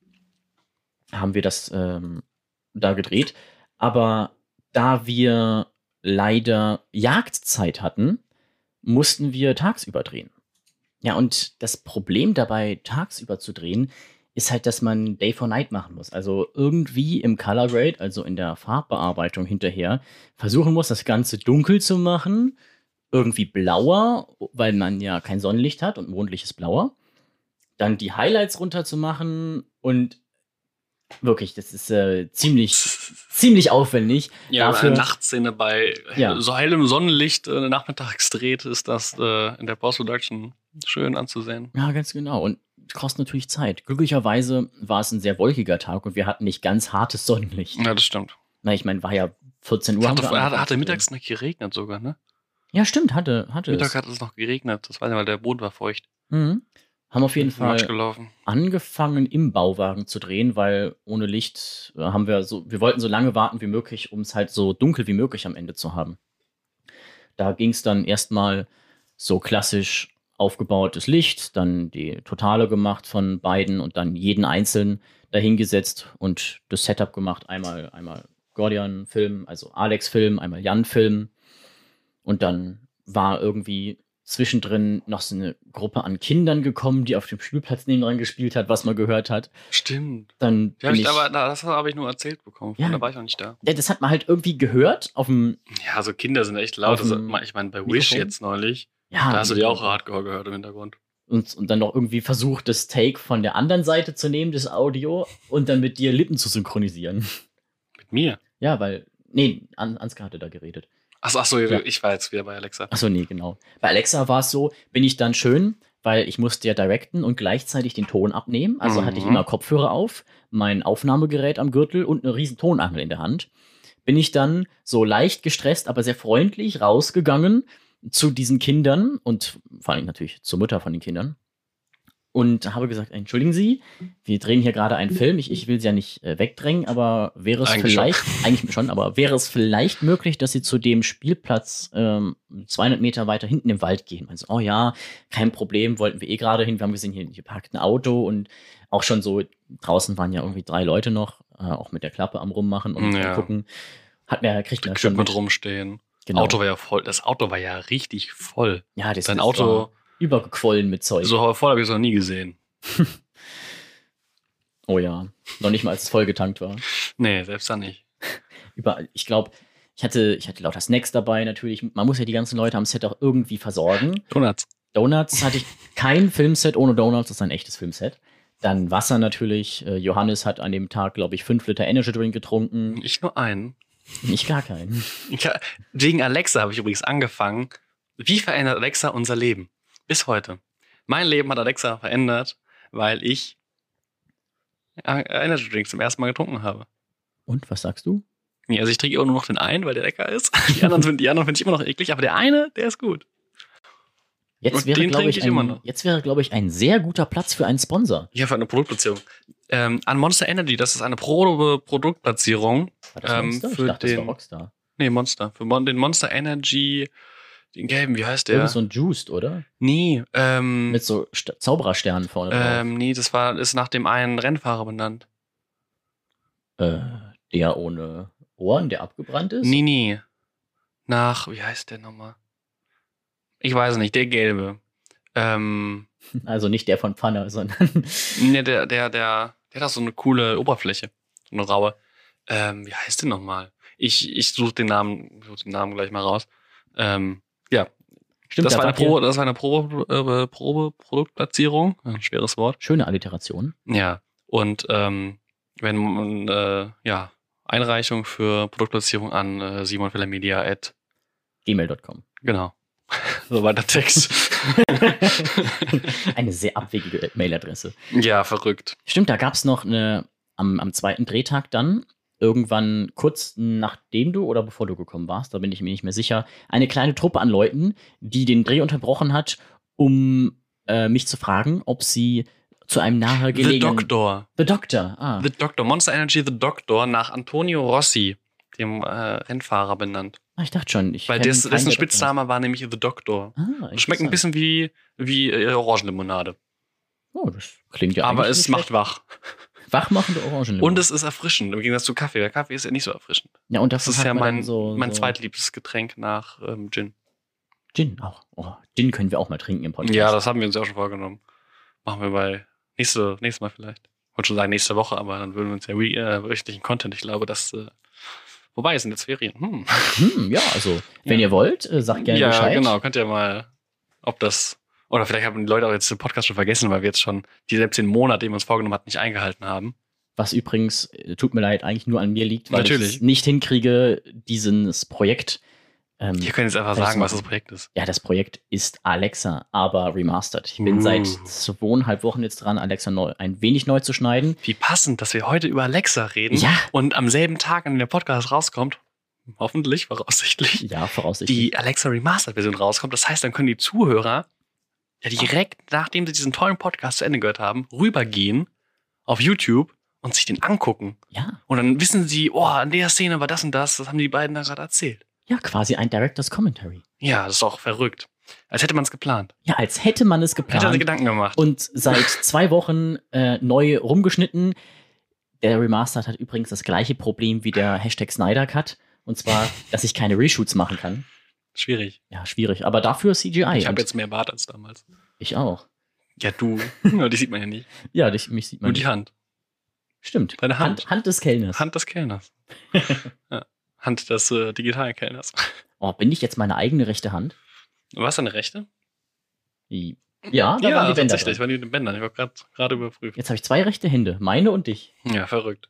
haben wir das ähm, da gedreht. Aber da wir leider Jagdzeit hatten, mussten wir tagsüber drehen. Ja, und das Problem dabei, tagsüber zu drehen, ist halt, dass man Day for Night machen muss. Also irgendwie im Color Grade, also in der Farbbearbeitung hinterher, versuchen muss, das Ganze dunkel zu machen, irgendwie blauer, weil man ja kein Sonnenlicht hat und Mondlicht ist blauer. Dann die Highlights runter zu machen und wirklich, das ist äh, ziemlich, ziemlich aufwendig. Ja, Dafür, eine Nachtszene bei Ja. so hellem Sonnenlicht äh, nachmittags dreht, ist das äh, in der Post-Production schön anzusehen. Ja, ganz genau. Und kostet natürlich Zeit. Glücklicherweise war es ein sehr wolkiger Tag und wir hatten nicht ganz hartes Sonnenlicht. Ja, das stimmt. Na, ich meine, war ja vierzehn Uhr. Es haben hatte, wir hatte, angefangen hatte zu mittags nicht geregnet sogar, ne? drehen. Ja, stimmt, hatte, hatte Mittag es. hat es noch geregnet, das weiß ich, weil der Boden war feucht. Mhm. Haben auf jeden Ist Matsch Fall gelaufen. angefangen, im Bauwagen zu drehen, weil ohne Licht äh, haben wir so, wir wollten so lange warten wie möglich, um es halt so dunkel wie möglich am Ende zu haben. Da ging es dann erstmal so klassisch aufgebautes Licht, dann die Totale gemacht von beiden und dann jeden einzeln dahingesetzt und das Setup gemacht. Einmal, einmal Gordian-Film, also Alex-Film, einmal Jan-Film. Und dann war irgendwie zwischendrin noch so eine Gruppe an Kindern gekommen, die auf dem Spielplatz nebendran gespielt hat, was man gehört hat. Stimmt. Dann Ja, bin ich, ich, aber das habe ich nur erzählt bekommen. Ja. Da war ich noch nicht da. ja, das hat man halt irgendwie gehört auf dem, Ja, so Kinder sind echt laut. Auf Das, dem ich meine, bei Wish Mikrofon? jetzt neulich, ja, da hast du die auch hardcore gehört im Hintergrund. und, und dann noch irgendwie versucht, das Take von der anderen Seite zu nehmen, das Audio, und dann mit dir Lippen zu synchronisieren. Mit mir? Ja, weil, nee, An Ansgar hatte da geredet. Achso, ach so, Ja. ich war jetzt wieder bei Alexa. Achso, nee, genau. Bei Alexa war es so, bin ich dann schön, weil ich musste ja directen und gleichzeitig den Ton abnehmen. Also Mhm. hatte ich immer Kopfhörer auf, mein Aufnahmegerät am Gürtel und eine riesen Tonangel in der Hand. Bin ich dann so leicht gestresst, aber sehr freundlich rausgegangen zu diesen Kindern und vor allem natürlich zur Mutter von den Kindern. Und habe gesagt, entschuldigen Sie, wir drehen hier gerade einen Film. Ich, ich will Sie ja nicht äh, wegdrängen, aber wäre es Eigentlich vielleicht, eigentlich schon, aber wäre es vielleicht möglich, dass Sie zu dem Spielplatz ähm, zweihundert Meter weiter hinten im Wald gehen? Also, oh ja, kein Problem, wollten wir eh gerade hin. Wir haben gesehen, hier, hier parkt ein Auto und auch schon so, draußen waren ja irgendwie drei Leute noch, äh, auch mit der Klappe am Rummachen und Ja. gucken. Hat mir, kriegt man schon Equipment mit. rumstehen. Genau. Auto war ja voll. Das Auto war ja richtig voll. Ja, das, Dein das Auto- war übergequollen mit Zeug. So voll habe ich es noch nie gesehen. Oh ja, noch nicht mal, als es vollgetankt war. Nee, selbst dann nicht. Überall. Ich glaube, ich hatte, ich hatte lauter Snacks dabei natürlich. Man muss ja die ganzen Leute am Set auch irgendwie versorgen. Donuts. Donuts hatte ich kein Filmset ohne Donuts, das ist ein echtes Filmset. Dann Wasser natürlich. Äh, Johannes hat an dem Tag, glaube ich, fünf Liter Energy Drink getrunken. Ich nur einen. Ich gar keinen. Ich, wegen Alexa habe ich übrigens angefangen. Wie verändert Alexa unser Leben? Bis heute. Mein Leben hat Alexa verändert, weil ich Energy Drink zum ersten Mal getrunken habe. Und, was sagst du? Nee, also ich trinke immer nur noch den einen, weil der lecker ist. Die anderen sind, die anderen finde ich immer noch eklig, aber der eine, der ist gut. Jetzt Und wäre, den glaube trinke ich, ich immer ein, noch. jetzt wäre, glaube ich, ein sehr guter Platz für einen Sponsor. Hier für eine Produktplatzierung. Ähm, an Monster Energy, das ist eine Probe-Produktplatzierung. War das Ähm, Monster? für ich dachte, das war den- Rockstar. Nee, Monster. Für Mon den Monster Energy, den gelben, wie heißt der? Irgend so ein Juiced, oder? Nee, ähm, Mit so St Zauberersternen vorne drauf. ähm, nee, das war, ist nach dem einen Rennfahrer benannt. Äh, der ohne Ohren, der abgebrannt ist? Nee, nee. Nach, wie heißt der nochmal? Ich weiß nicht, der gelbe. Ähm, Also nicht der von Pfanne, sondern nee, der, der, der, der hat so eine coole Oberfläche. So eine raue. Ähm, wie heißt der nochmal? Ich, ich suche den Namen, such den Namen gleich mal raus. Ähm, ja. Stimmt, das, da war eine wart ihr- Probe, das war eine Probe, äh, Probe, Produktplatzierung. Ein schweres Wort. Schöne Alliteration. Ja. Und ähm, wenn man, äh, ja, Einreichung für Produktplatzierung an äh, simonfellermedia at gmail Punkt com. Genau. So war der Text. Eine sehr abwegige Mailadresse. Ja, verrückt. Stimmt, da gab es noch eine, am, am zweiten Drehtag dann, irgendwann kurz nachdem du oder bevor du gekommen warst, da bin ich mir nicht mehr sicher, eine kleine Truppe an Leuten, die den Dreh unterbrochen hat, um äh, mich zu fragen, ob sie zu einem nahe The gelegenen... Doctor. The Doctor, ah. The Doctor. Monster Energy The Doctor nach Antonio Rossi, dem äh, Rennfahrer, benannt. Ah, ich dachte schon. Ich Weil kenn des, keinen, dessen der Spitzname war nämlich The Doctor. Doctor heißt. Ah, Schmeckt ein interessant. bisschen wie, wie äh, Orangenlimonade. Oh, das klingt ja Aber eigentlich es nicht macht wach. schlecht. Wachmachende Orangenlimonade. Und es ist erfrischend, im Gegensatz zu Kaffee. Weil Kaffee ist ja nicht so erfrischend. ja, und Das davon ist hat ja man dann mein, so, mein so zweitliebstes Getränk nach ähm, Gin. Gin auch. Oh, Gin können wir auch mal trinken im Podcast. Ja, das haben wir uns ja auch schon vorgenommen. Machen wir bei nächste, nächstes Mal vielleicht. Ich wollte schon sagen nächste Woche, aber dann würden wir uns ja re- äh, richtigen Content. Ich glaube, das. Äh, wobei, es sind jetzt Ferien. Hm. Hm, ja, also, wenn Ja. ihr wollt, äh, sagt gerne Ja, Bescheid. genau. Könnt ihr mal, ob das. Oder vielleicht haben die Leute auch jetzt den Podcast schon vergessen, weil wir jetzt schon die selbst den Monat, den wir uns vorgenommen hatten, nicht eingehalten haben. Was übrigens, äh, tut mir leid, eigentlich nur an mir liegt, weil ich Natürlich. es nicht hinkriege, dieses Projekt. Ähm, Ihr könnt jetzt einfach Vielleicht sagen, was machen. das Projekt ist. ja, das Projekt ist Alexa, aber remastered. Ich bin Uh. seit zweieinhalb Wochen jetzt dran, Alexa neu, ein wenig neu zu schneiden. Wie passend, dass wir heute über Alexa reden Ja. und am selben Tag, an dem der Podcast rauskommt, hoffentlich, voraussichtlich, Ja, voraussichtlich. die Alexa Remastered-Version rauskommt. Das heißt, dann können die Zuhörer ja direkt, nachdem sie diesen tollen Podcast zu Ende gehört haben, rübergehen auf YouTube und sich den angucken. Ja, Und dann wissen sie, oh, an der Szene war das und das, das haben die beiden da gerade erzählt. ja, quasi ein Director's Commentary. Ja, das ist auch verrückt. Als hätte man es geplant. Ja, als hätte man es Hätte er sich geplant Gedanken gemacht. und seit zwei Wochen äh, neu rumgeschnitten. Der Remastered hat übrigens das gleiche Problem wie der Hashtag Snyder Cut. Und zwar, dass ich keine Reshoots machen kann. Schwierig. Ja, schwierig. Aber dafür C G I. Ich habe Und jetzt mehr Bart als damals. ich auch. Ja, du. Ja, die sieht man ja nicht. Ja, dich, mich sieht man Nur die nicht. Hand. Stimmt. Deine Hand. Hand, Hand des Kellners. Hand des Kellners. Ja. Hand des äh, digitalen Kellners. Oh, bin ich jetzt meine eigene rechte Hand? Was, deine Rechte? I- Ja, da waren die Bänder tatsächlich, dran. waren die Bänder. Ich habe gerade überprüft. Jetzt habe ich zwei rechte Hände. Meine und dich. Ja, verrückt.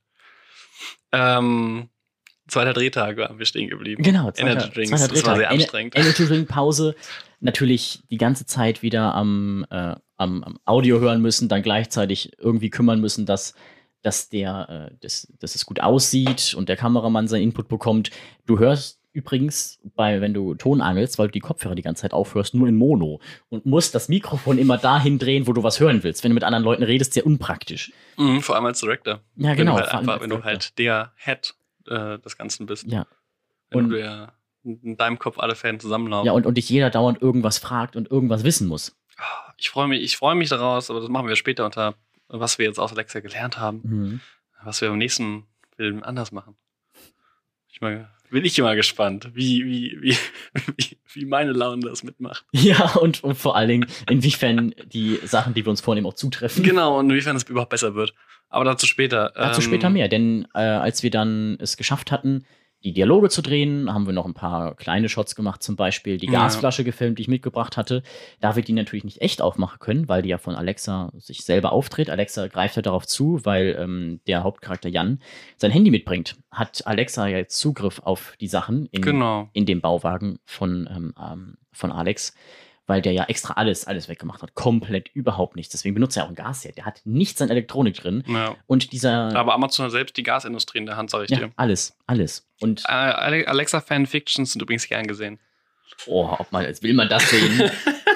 Ähm, zweiter Drehtag waren wir stehen geblieben. Genau. Energy Drinks. zweiter Das war Drehtag. sehr Ener- anstrengend. Energy Drink Pause. Natürlich die ganze Zeit wieder am, äh, am, am Audio hören müssen, dann gleichzeitig irgendwie kümmern müssen, dass, dass, der, äh, dass, dass es gut aussieht und der Kameramann seinen Input bekommt. Du hörst übrigens, bei, wenn du Ton angelst, weil du die Kopfhörer die ganze Zeit aufhörst, nur in Mono und musst das Mikrofon immer dahin drehen, wo du was hören willst. Wenn du mit anderen Leuten redest, sehr unpraktisch. Mhm, vor allem als Director. Ja, genau. Wenn du halt, vor allem einfach, als wenn du Director. halt der Head äh, des Ganzen bist. Ja. Wenn Und- du ja in deinem Kopf alle Fäden zusammenlaufen. Ja, und, und dich jeder dauernd irgendwas fragt und irgendwas wissen muss. Ich freue mich, ich freue mich daraus, aber das machen wir später unter, was wir jetzt aus Alexa gelernt haben, Mhm. was wir im nächsten Film anders machen. Ich mal, bin ich immer gespannt, wie, wie, wie, wie, wie meine Laune das mitmacht. Ja, und, und vor allen Dingen, inwiefern die Sachen, die wir uns vornehmen, auch zutreffen. Genau, und inwiefern es überhaupt besser wird. Aber dazu später. Dazu Ähm, später mehr, denn äh, als wir dann es geschafft hatten, die Dialoge zu drehen, haben wir noch ein paar kleine Shots gemacht, zum Beispiel die Ja. Gasflasche gefilmt, die ich mitgebracht hatte. Da wir die natürlich nicht echt aufmachen können, weil die ja von Alexa sich selber auftritt. Alexa greift ja darauf zu, weil ähm, der Hauptcharakter Jan sein Handy mitbringt. Hat Alexa ja jetzt Zugriff auf die Sachen in, Genau. in dem Bauwagen von, ähm, ähm, von Alex, weil der ja extra alles, alles weggemacht hat. Komplett überhaupt nichts. Deswegen benutzt er auch ein Gasherd. Der hat nichts an Elektronik drin. Ja. Und dieser. Aber Amazon hat selbst die Gasindustrie in der Hand, sag ich ja, dir. alles, alles. Und Äh, Ale- Alexa-Fanfictions sind übrigens gern gesehen. oh, ob man, jetzt will man das sehen.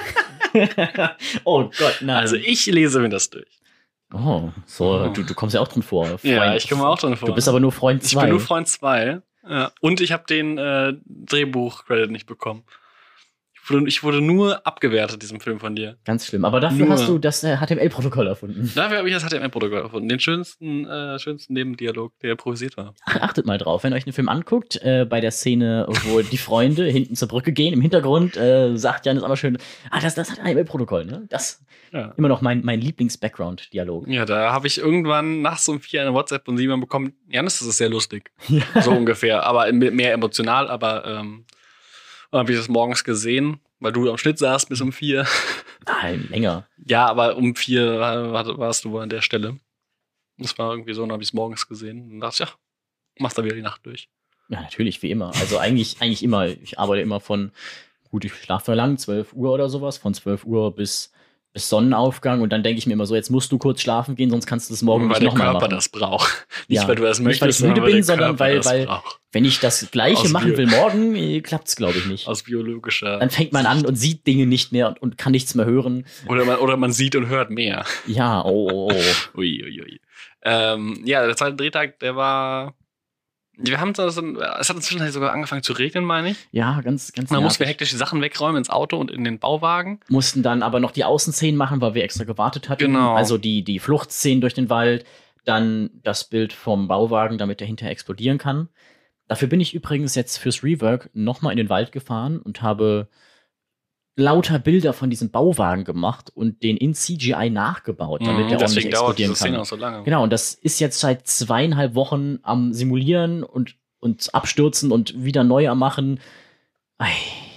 Oh Gott, nein. Also ich lese mir das durch. oh, so, Oh. Du, du kommst ja auch drin vor. Freund. Ja, ich komme auch drin vor. Du bist aber nur Freund Ich zwei. bin nur Freund zwei. Ja. Und ich habe den äh, Drehbuch-Credit nicht bekommen. Ich wurde, ich wurde nur abgewertet, diesem Film von dir. Ganz schlimm. Aber dafür Nur. hast du das äh, H T M L-Protokoll erfunden. Dafür habe ich das H T M L-Protokoll erfunden. Den schönsten, äh, schönsten Nebendialog, der improvisiert war. Ach, achtet mal drauf, wenn ihr euch einen Film anguckt, äh, bei der Szene, wo die Freunde hinten zur Brücke gehen, im Hintergrund äh, sagt Janis aber schön, ah, das, das H T M L-Protokoll, ne? Das Ja. immer noch mein, mein Lieblings-Background-Dialog. Ja, da habe ich irgendwann nachts um vier eine WhatsApp von Simon bekommen. Janis, das ist sehr lustig. Ja. So ungefähr. Aber mehr emotional, aber ähm, dann habe ich das morgens gesehen, weil du am Schnitt saßt bis um vier. Nein, länger. Ja, aber um vier war, war, warst du an der Stelle. Das war irgendwie so, dann habe ich es morgens gesehen. Und dachte ich, ja, machst da wieder die Nacht durch. Ja, natürlich, wie immer. Also eigentlich, eigentlich immer. Ich arbeite immer von, gut, ich schlafe lang, zwölf Uhr oder sowas, von zwölf Uhr bis, bis Sonnenaufgang. Und dann denke ich mir immer so, jetzt musst du kurz schlafen gehen, sonst kannst du das morgen weil nicht nochmal der machen. Körper das braucht. Nicht, Ja, weil du das nicht, weil ich möchtest, müde weil bin, der sondern Körper weil, das weil braucht. wenn ich das Gleiche Aus machen Bio- will morgen, äh, klappt's, glaube ich, nicht. Aus biologischer. Dann fängt man an und sieht Dinge nicht mehr und, und kann nichts mehr hören. Oder man, oder man sieht und hört mehr. Ja, oh, oh, oh. Ui, ui, ui. Ähm, ja, der zweite Drehtag, der war. Wir haben das, es hat inzwischen sogar angefangen zu regnen, meine ich. Ja, ganz, ganz Da mussten wir nervig. hektisch die Sachen wegräumen ins Auto und in den Bauwagen. Mussten dann aber noch die Außenszenen machen, weil wir extra gewartet hatten. Genau. Also die, die Fluchtszenen durch den Wald, dann das Bild vom Bauwagen, damit der hinterher explodieren kann. Dafür bin ich übrigens jetzt fürs Rework nochmal in den Wald gefahren und habe lauter Bilder von diesem Bauwagen gemacht und den in C G I nachgebaut, damit der ordentlich Deswegen dauert explodieren diese Szene kann. auch so lange. Genau, und das ist jetzt seit zweieinhalb Wochen am Simulieren und, und abstürzen und wieder neu am Machen. Ei,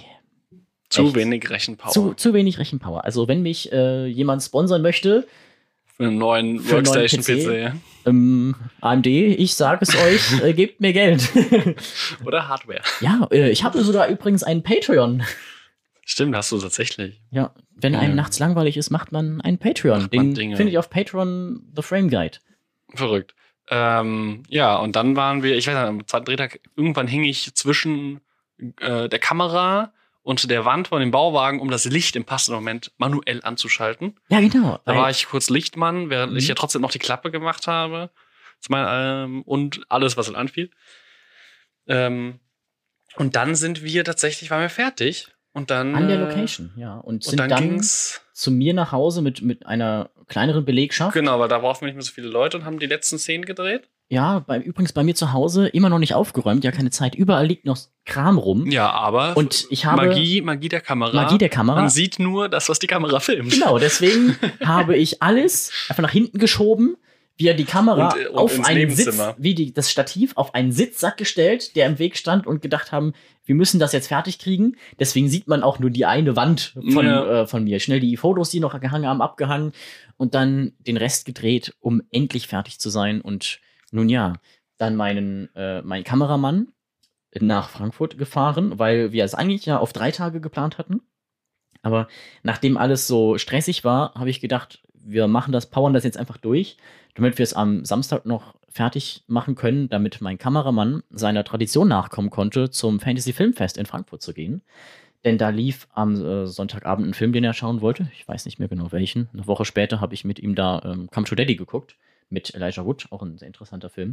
Zu echt. wenig Rechenpower. Zu, zu wenig Rechenpower. Also wenn mich äh, jemand sponsern möchte, Für einen neuen Für einen neuen Workstation-P C. ähm, A M D, ich sage es euch, äh, gebt mir Geld. Oder Hardware. Ja, äh, ich habe sogar übrigens einen Patreon. Stimmt, hast du tatsächlich. Ja, wenn einem Ja. nachts langweilig ist, macht man einen Patreon. Macht man Den Dinge. findet ihr auf Patreon The Frame Guide. Verrückt. Ähm, ja, und dann waren wir, ich weiß nicht, am zweiten Drehtag, irgendwann hing ich zwischen äh, der Kamera und der Wand von dem Bauwagen, um das Licht im passenden Moment manuell anzuschalten. Ja, genau. Da Weil- war ich kurz Lichtmann, während Mhm. ich ja trotzdem noch die Klappe gemacht habe. Das mein, ähm, und alles, was dann anfiel. Ähm, und dann sind wir tatsächlich, waren wir fertig. Und dann. an der äh, Location, ja. Und Und sind dann, dann, ging's. zu mir nach Hause mit, mit einer kleineren Belegschaft. Genau, weil da brauchten wir nicht mehr so viele Leute und haben die letzten Szenen gedreht. Ja, bei, übrigens bei mir zu Hause immer noch nicht aufgeräumt, ja, keine Zeit. Überall liegt noch Kram rum. Ja, aber Und ich habe Magie, Magie der Kamera. Magie der Kamera. Man sieht nur das, was die Kamera filmt. Genau, deswegen habe ich alles einfach nach hinten geschoben, wie die Kamera Und, äh, und auf ins einen Sitz, Nebenzimmer. wie die, das Stativ auf einen Sitzsack gestellt, der im Weg stand und gedacht haben, wir müssen das jetzt fertig kriegen. Deswegen sieht man auch nur die eine Wand von, Ja. äh, von mir. Schnell die Fotos, die noch gehangen haben, abgehangen und dann den Rest gedreht, um endlich fertig zu sein. Und nun ja, dann meinen, äh, meinen Kameramann nach Frankfurt gefahren, weil wir es eigentlich ja auf drei Tage geplant hatten. Aber nachdem alles so stressig war, habe ich gedacht, wir machen das, powern das jetzt einfach durch, damit wir es am Samstag noch fertig machen können, damit mein Kameramann seiner Tradition nachkommen konnte, zum Fantasy Filmfest in Frankfurt zu gehen. Denn da lief am äh, Sonntagabend ein Film, den er schauen wollte. Ich weiß nicht mehr genau welchen. Eine Woche später habe ich mit ihm da ähm, Come to Daddy geguckt, mit Elijah Wood, auch ein sehr interessanter Film.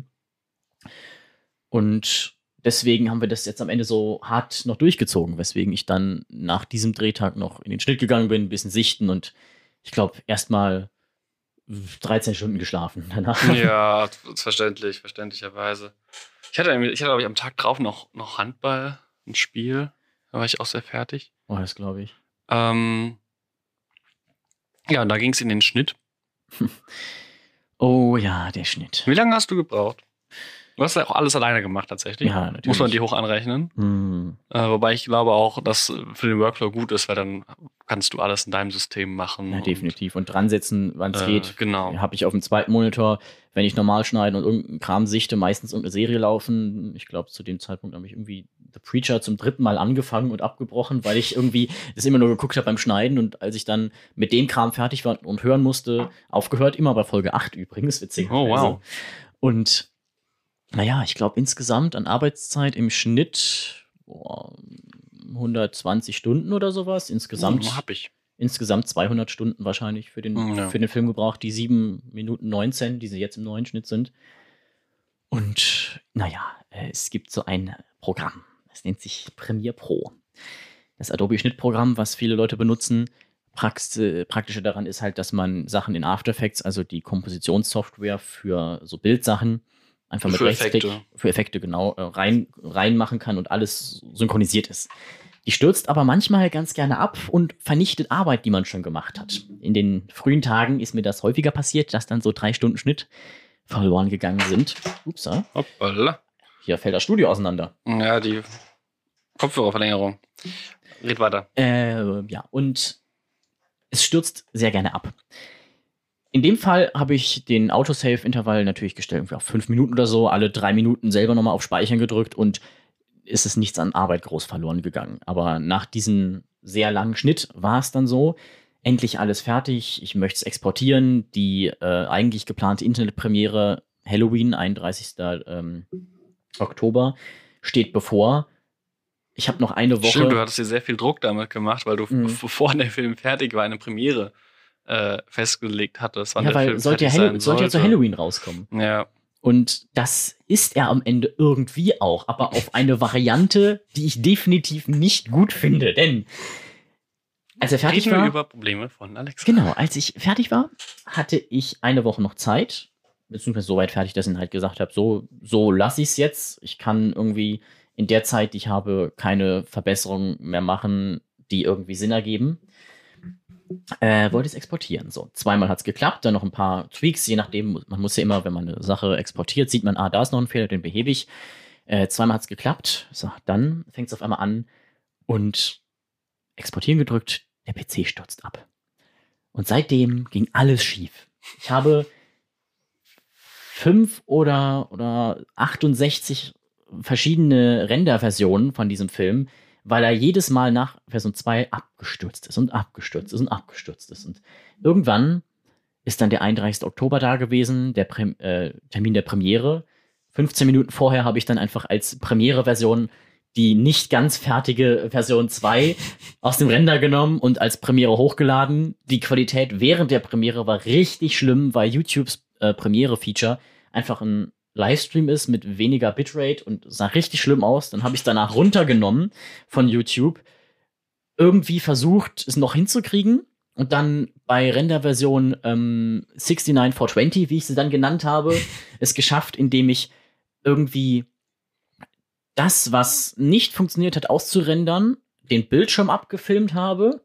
Und deswegen haben wir das jetzt am Ende so hart noch durchgezogen, weswegen ich dann nach diesem Drehtag noch in den Schnitt gegangen bin, ein bisschen sichten und ich glaube, erstmal dreizehn Stunden geschlafen danach. Ja, verständlich, verständlicherweise. Ich hatte, ich hatte glaube ich, am Tag drauf noch, noch Handball, ein Spiel. Da war ich auch sehr fertig. Oh, das glaube ich. Ähm, ja, und da ging es in den Schnitt. Oh ja, der Schnitt. Wie lange hast du gebraucht? Du hast ja auch alles alleine gemacht, tatsächlich. Ja, natürlich. Muss man die hoch anrechnen. Hm. Äh, wobei ich glaube auch, dass für den Workflow gut ist, weil dann kannst du alles in deinem System machen. Ja, definitiv. Und dran setzen, wann es Äh, geht. genau. Habe ich auf dem zweiten Monitor, wenn ich normal schneide und irgendeinen Kram sichte, meistens irgendeine Serie laufen. Ich glaube, zu dem Zeitpunkt habe ich irgendwie The Preacher zum dritten Mal angefangen und abgebrochen, weil ich irgendwie das immer nur geguckt habe beim Schneiden. Und als ich dann mit dem Kram fertig war und hören musste, aufgehört, immer bei Folge acht übrigens, witzigerweise. Oh, wow. Und naja, ich glaube insgesamt an Arbeitszeit im Schnitt boah, hundertzwanzig Stunden oder sowas. Insgesamt, Hm, hab ich. insgesamt zweihundert Stunden wahrscheinlich für den, Ja. für den Film gebraucht. Die sieben Minuten neunzehn, die sie jetzt im neuen Schnitt sind. Und naja, äh, es gibt so ein Programm. Es nennt sich Premiere Pro. das Adobe-Schnittprogramm, was viele Leute benutzen. Prax äh, Praktische daran ist halt, dass man Sachen in After Effects, also die Kompositionssoftware für so Bildsachen, einfach mit Für Rechtsklick, Effekte. für Effekte genau, äh, rein, reinmachen kann und alles synchronisiert ist. Die stürzt aber manchmal ganz gerne ab und vernichtet Arbeit, die man schon gemacht hat. In den frühen Tagen ist mir das häufiger passiert, dass dann so drei Stunden Schnitt verloren gegangen sind. Upsa. Hoppala. Hier fällt das Studio auseinander. Ja, die Kopfhörerverlängerung. Red weiter. Äh, ja, und es stürzt sehr gerne ab. In dem Fall habe ich den Autosave-Intervall natürlich gestellt, irgendwie auf fünf Minuten oder so, alle drei Minuten selber nochmal auf Speichern gedrückt und ist es nichts an Arbeit groß verloren gegangen. Aber nach diesem sehr langen Schnitt war es dann so, endlich alles fertig, ich möchte es exportieren, die äh, eigentlich geplante Internetpremiere Halloween, einunddreißigsten Ähm, Oktober, steht bevor. Ich habe noch eine Woche. Stimmt, du hattest dir sehr viel Druck damit gemacht, weil du, Mhm. bevor der Film fertig war, eine Premiere äh, festgelegt hattest, wann Ja, der weil Film sollte ja, fertig Hallo sein sollte ja zu sollte. Halloween rauskommen. Ja, Und das ist er am Ende irgendwie auch, aber auf eine Variante, die ich definitiv nicht gut finde, denn als er fertig reden wir war, über Probleme von Alexa. genau, als ich fertig war, hatte ich eine Woche noch Zeit, beziehungsweise so weit fertig, dass ich halt gesagt habe, so, so lasse ich es jetzt. Ich kann irgendwie in der Zeit, die ich habe, keine Verbesserungen mehr machen, die irgendwie Sinn ergeben. Äh, wollte es exportieren. So, zweimal hat es geklappt, dann noch ein paar Tweaks, je nachdem, man muss ja immer, wenn man eine Sache exportiert, sieht man, ah, da ist noch ein Fehler, den behebe ich. Äh, zweimal hat es geklappt. So, dann fängt es auf einmal an und exportieren gedrückt, der P C stürzt ab. Und seitdem ging alles schief. Ich habe fünf oder, oder achtundsechzig verschiedene Render-Versionen von diesem Film, weil er jedes Mal nach Version zwei abgestürzt ist und abgestürzt ist und abgestürzt ist. Und irgendwann ist dann der einunddreißigsten Oktober da gewesen, der Prem- äh, Termin der Premiere. fünfzehn Minuten vorher habe ich dann einfach als Premiere-Version die nicht ganz fertige Version zwei aus dem Render genommen und als Premiere hochgeladen. Die Qualität während der Premiere war richtig schlimm, weil YouTubes äh, Premiere-Feature einfach ein Livestream ist mit weniger Bitrate und sah richtig schlimm aus. Dann habe ich es danach runtergenommen von YouTube, irgendwie versucht, es noch hinzukriegen und dann bei Renderversion ähm, neunundsechzig four twenty, wie ich sie dann genannt habe, es geschafft, indem ich irgendwie das, was nicht funktioniert hat, auszurendern, den Bildschirm abgefilmt habe,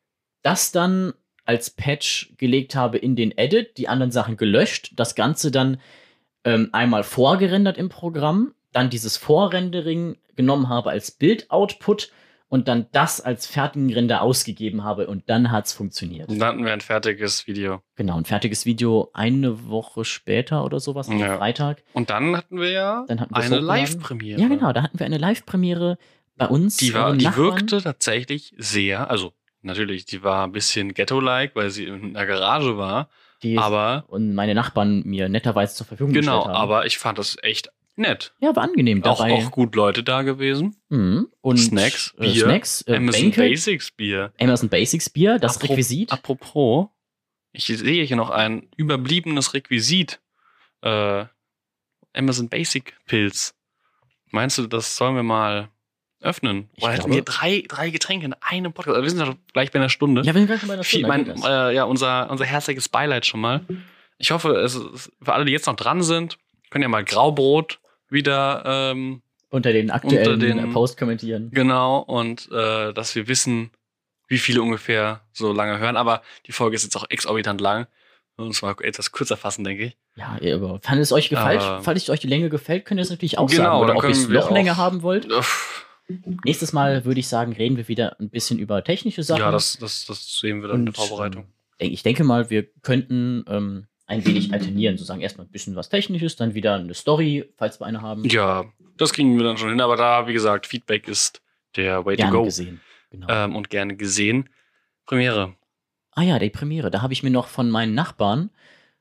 das dann als Patch gelegt habe in den Edit, die anderen Sachen gelöscht, das Ganze dann ähm, einmal vorgerendert im Programm, dann dieses Vorrendering genommen habe als Bildoutput und dann das als fertigen Render ausgegeben habe und dann hat es funktioniert. Dann hatten wir ein fertiges Video. Genau, ein fertiges Video eine Woche später oder sowas, am Ja. Freitag. Und dann hatten wir ja Dann hatten wir es eine hochgeladen. Live-Premiere. Ja, genau, da hatten wir eine Live-Premiere bei uns. Die, bei war, den die Nachbarn. wirkte tatsächlich sehr, also natürlich, die war ein bisschen ghetto-like, weil sie in einer Garage war. Die aber und meine Nachbarn mir netterweise zur Verfügung genau, gestellt haben. aber ich fand das echt nett. Ja, war angenehm Auch, dabei. auch gut Leute da gewesen. Mhm. Und Snacks, äh, Bier, Snacks, äh, Amazon Bänke, Basics Bier. Amazon Basics Bier, das Apro- Requisit. Apropos, ich sehe hier noch ein überbliebenes Requisit. Äh, Amazon Basic Pilz. Meinst du, das sollen wir mal öffnen? Ich Weil hätten glaube- wir drei, drei Getränke in einem Podcast. Also wir sind ja gleich bei einer Stunde. Ja, wir sind gleich schon bei einer Viel, Stunde. mein, dann geht das. äh, ja, unser, unser herzliches Beileid schon mal. Ich hoffe, es ist, für alle, die jetzt noch dran sind, können ja mal Graubrot wieder, ähm, Unter den aktuellen unter den- äh, Post kommentieren. genau, und äh, dass wir wissen, wie viele ungefähr so lange hören. Aber die Folge ist jetzt auch exorbitant lang. Wir müssen mal etwas kürzer fassen, denke ich. Ja, ihr, aber falls es euch gefällt, Aber- falls euch die Länge gefällt, könnt ihr es natürlich auch Genau, sagen. Oder dann ob ihr es können wir noch auch- länger haben wollt. Uff. Nächstes Mal würde ich sagen, reden wir wieder ein bisschen über technische Sachen. Ja, das, das, das sehen wir dann in der Vorbereitung. ähm, Ich denke mal, wir könnten ähm, ein wenig alternieren. Sozusagen erstmal ein bisschen was Technisches, dann wieder eine Story, falls wir eine haben. Ja, das kriegen wir dann schon hin. Aber da, wie gesagt, Feedback ist der Way Gerne to go. gesehen. Genau. Ähm, und gerne gesehen. Premiere. Ah ja, die Premiere. Da habe ich mir noch von meinen Nachbarn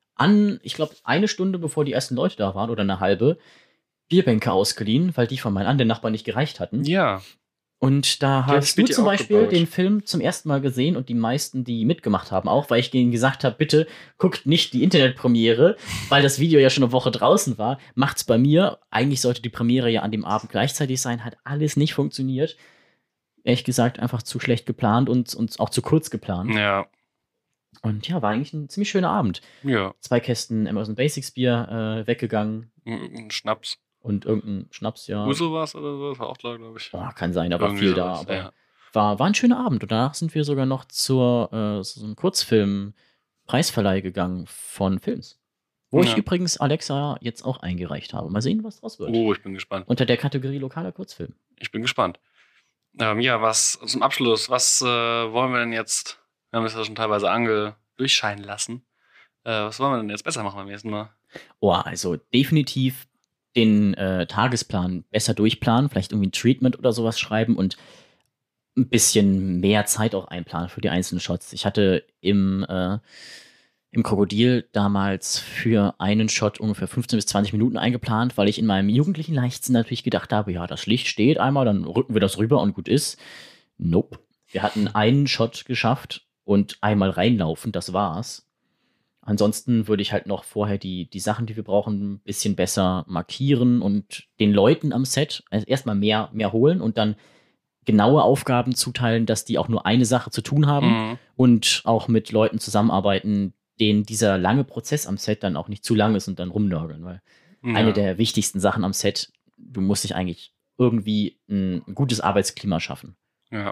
an, ich glaube, eine Stunde bevor die ersten Leute da waren oder eine halbe, Bierbänke ausgeliehen, weil die von meinen anderen Nachbarn nicht gereicht hatten. Ja. Und da Die hast hat du zum Spitty Beispiel aufgebaut. den Film zum ersten Mal gesehen und die meisten, die mitgemacht haben, auch, weil ich denen gesagt habe, bitte guckt nicht die Internetpremiere, weil das Video ja schon eine Woche draußen war. Macht's bei mir. Eigentlich sollte die Premiere ja an dem Abend gleichzeitig sein, hat alles nicht funktioniert. ehrlich gesagt einfach zu schlecht geplant und, und auch zu kurz geplant. Ja. Und ja, war eigentlich ein ziemlich schöner Abend. Ja. Zwei Kästen Emerson Basics Bier äh, weggegangen. Ein Schnaps. Und irgendein Schnaps, ja. Uso was oder so, das war auch da, glaube ich. Oh, kann sein, da war Irgendwie viel sowas, da. Aber ja. war, war ein schöner Abend. Und danach sind wir sogar noch zur äh, so einem Kurzfilm-Preisverleih gegangen von Films. Wo Ja. ich übrigens Alexa jetzt auch eingereicht habe. Mal sehen, was draus wird. Oh, ich bin gespannt. Unter der Kategorie lokaler Kurzfilm. Ich bin gespannt. Ähm, ja, was zum Abschluss, was äh, wollen wir denn jetzt, wir haben es ja schon teilweise ange durchscheinen lassen, äh, was wollen wir denn jetzt besser machen beim nächsten Mal? Oh, also definitiv den äh, Tagesplan besser durchplanen, vielleicht irgendwie ein Treatment oder sowas schreiben und ein bisschen mehr Zeit auch einplanen für die einzelnen Shots. Ich hatte im, äh, im Krokodil damals für einen Shot ungefähr fünfzehn bis zwanzig Minuten eingeplant, weil ich in meinem jugendlichen Leichtsinn natürlich gedacht habe, ja, das Licht steht einmal, dann rücken wir das rüber und gut ist. Nope. Wir hatten einen Shot geschafft und einmal reinlaufen, das war's. Ansonsten würde ich halt noch vorher die, die Sachen, die wir brauchen, ein bisschen besser markieren und den Leuten am Set also erstmal mehr, mehr holen und dann genaue Aufgaben zuteilen, dass die auch nur eine Sache zu tun haben Mhm. und auch mit Leuten zusammenarbeiten, denen dieser lange Prozess am Set dann auch nicht zu lang ist und dann rumnörgeln. Weil Ja. eine der wichtigsten Sachen am Set, du musst dich eigentlich irgendwie ein, ein gutes Arbeitsklima schaffen. Ja.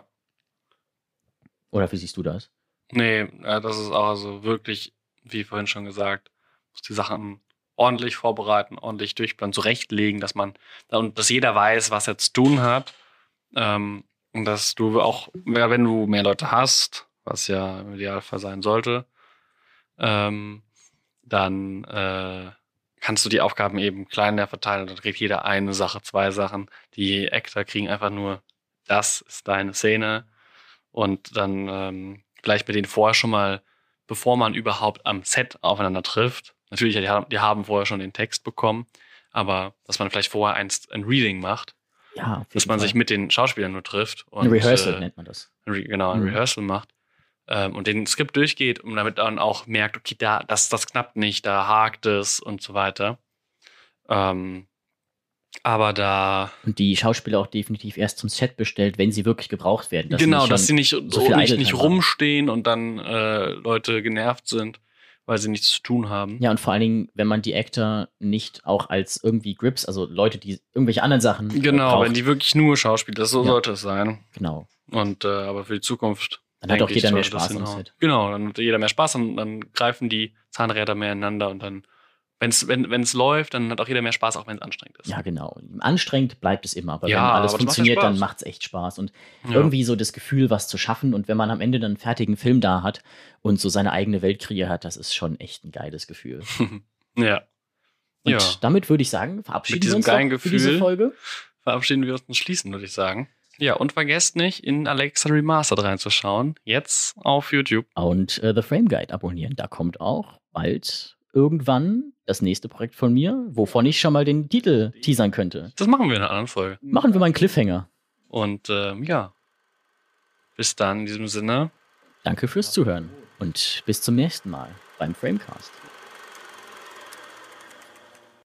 Oder wie siehst du das? Nee, äh, das ist auch also wirklich, wie vorhin schon gesagt, muss die Sachen ordentlich vorbereiten, ordentlich durchplanen, zurechtlegen, dass man, und dass jeder weiß, was er zu tun hat. Ähm, und dass du auch, wenn du mehr Leute hast, was ja im Idealfall sein sollte, ähm, dann äh, kannst du die Aufgaben eben kleiner verteilen. Dann kriegt jeder eine Sache, zwei Sachen. Die Actor kriegen einfach nur, das ist deine Szene. Und dann ähm, vielleicht mit denen vorher schon mal, bevor man überhaupt am Set aufeinander trifft. Natürlich, die haben, die haben vorher schon den Text bekommen, aber dass man vielleicht vorher ein, ein Reading macht, Ja, auf dass jeden man Fall. sich mit den Schauspielern nur trifft. Und, Ein Rehearsal äh, nennt man das. ein Re- genau, ein Mhm. Rehearsal macht ähm, und den Skript durchgeht und damit dann auch merkt, okay, da, das, das knappt nicht, da hakt es und so weiter. Ähm, aber da Und die Schauspieler auch definitiv erst zum Set bestellt, wenn sie wirklich gebraucht werden. Dass genau, sie dass sie schon nicht, so so viel nicht, Idle nicht Time haben. rumstehen und dann äh, Leute genervt sind, weil sie nichts zu tun haben. Ja, und vor allen Dingen, wenn man die Actor nicht auch als irgendwie Grips, also Leute, die irgendwelche anderen Sachen äh, Genau, braucht. wenn die wirklich nur Schauspieler, so Ja. sollte es sein. Genau. Und äh, aber für die Zukunft. Dann hat denke auch jeder ich, mehr sollte das Spaß am hinhauen. Set. Genau, dann hat jeder mehr Spaß und dann greifen die Zahnräder mehr ineinander und dann, wenn's, wenn es läuft, dann hat auch jeder mehr Spaß, auch wenn es anstrengend ist. Ja, genau. Anstrengend bleibt es immer, aber Ja, wenn alles aber das macht ja funktioniert, dann Spaß. macht es echt Spaß. Und Ja. irgendwie so das Gefühl, was zu schaffen. Und wenn man am Ende dann einen fertigen Film da hat und so seine eigene Welt kreiert hat, das ist schon echt ein geiles Gefühl. Ja. Und Ja. damit würde ich sagen, verabschieden Mit wir diesem uns geilen doch für diese Gefühl. Folge. Verabschieden wir uns und schließen, würde ich sagen. Ja, und vergesst nicht, in Alexa Remastered reinzuschauen. Jetzt auf YouTube. Und äh, The Frame Guide abonnieren. Da kommt auch bald irgendwann das nächste Projekt von mir, wovon ich schon mal den Titel teasern könnte. Das machen wir in einer anderen Folge. Machen wir mal einen Cliffhanger. Und ähm, ja, bis dann in diesem Sinne. Danke fürs Zuhören und bis zum nächsten Mal beim Framecast.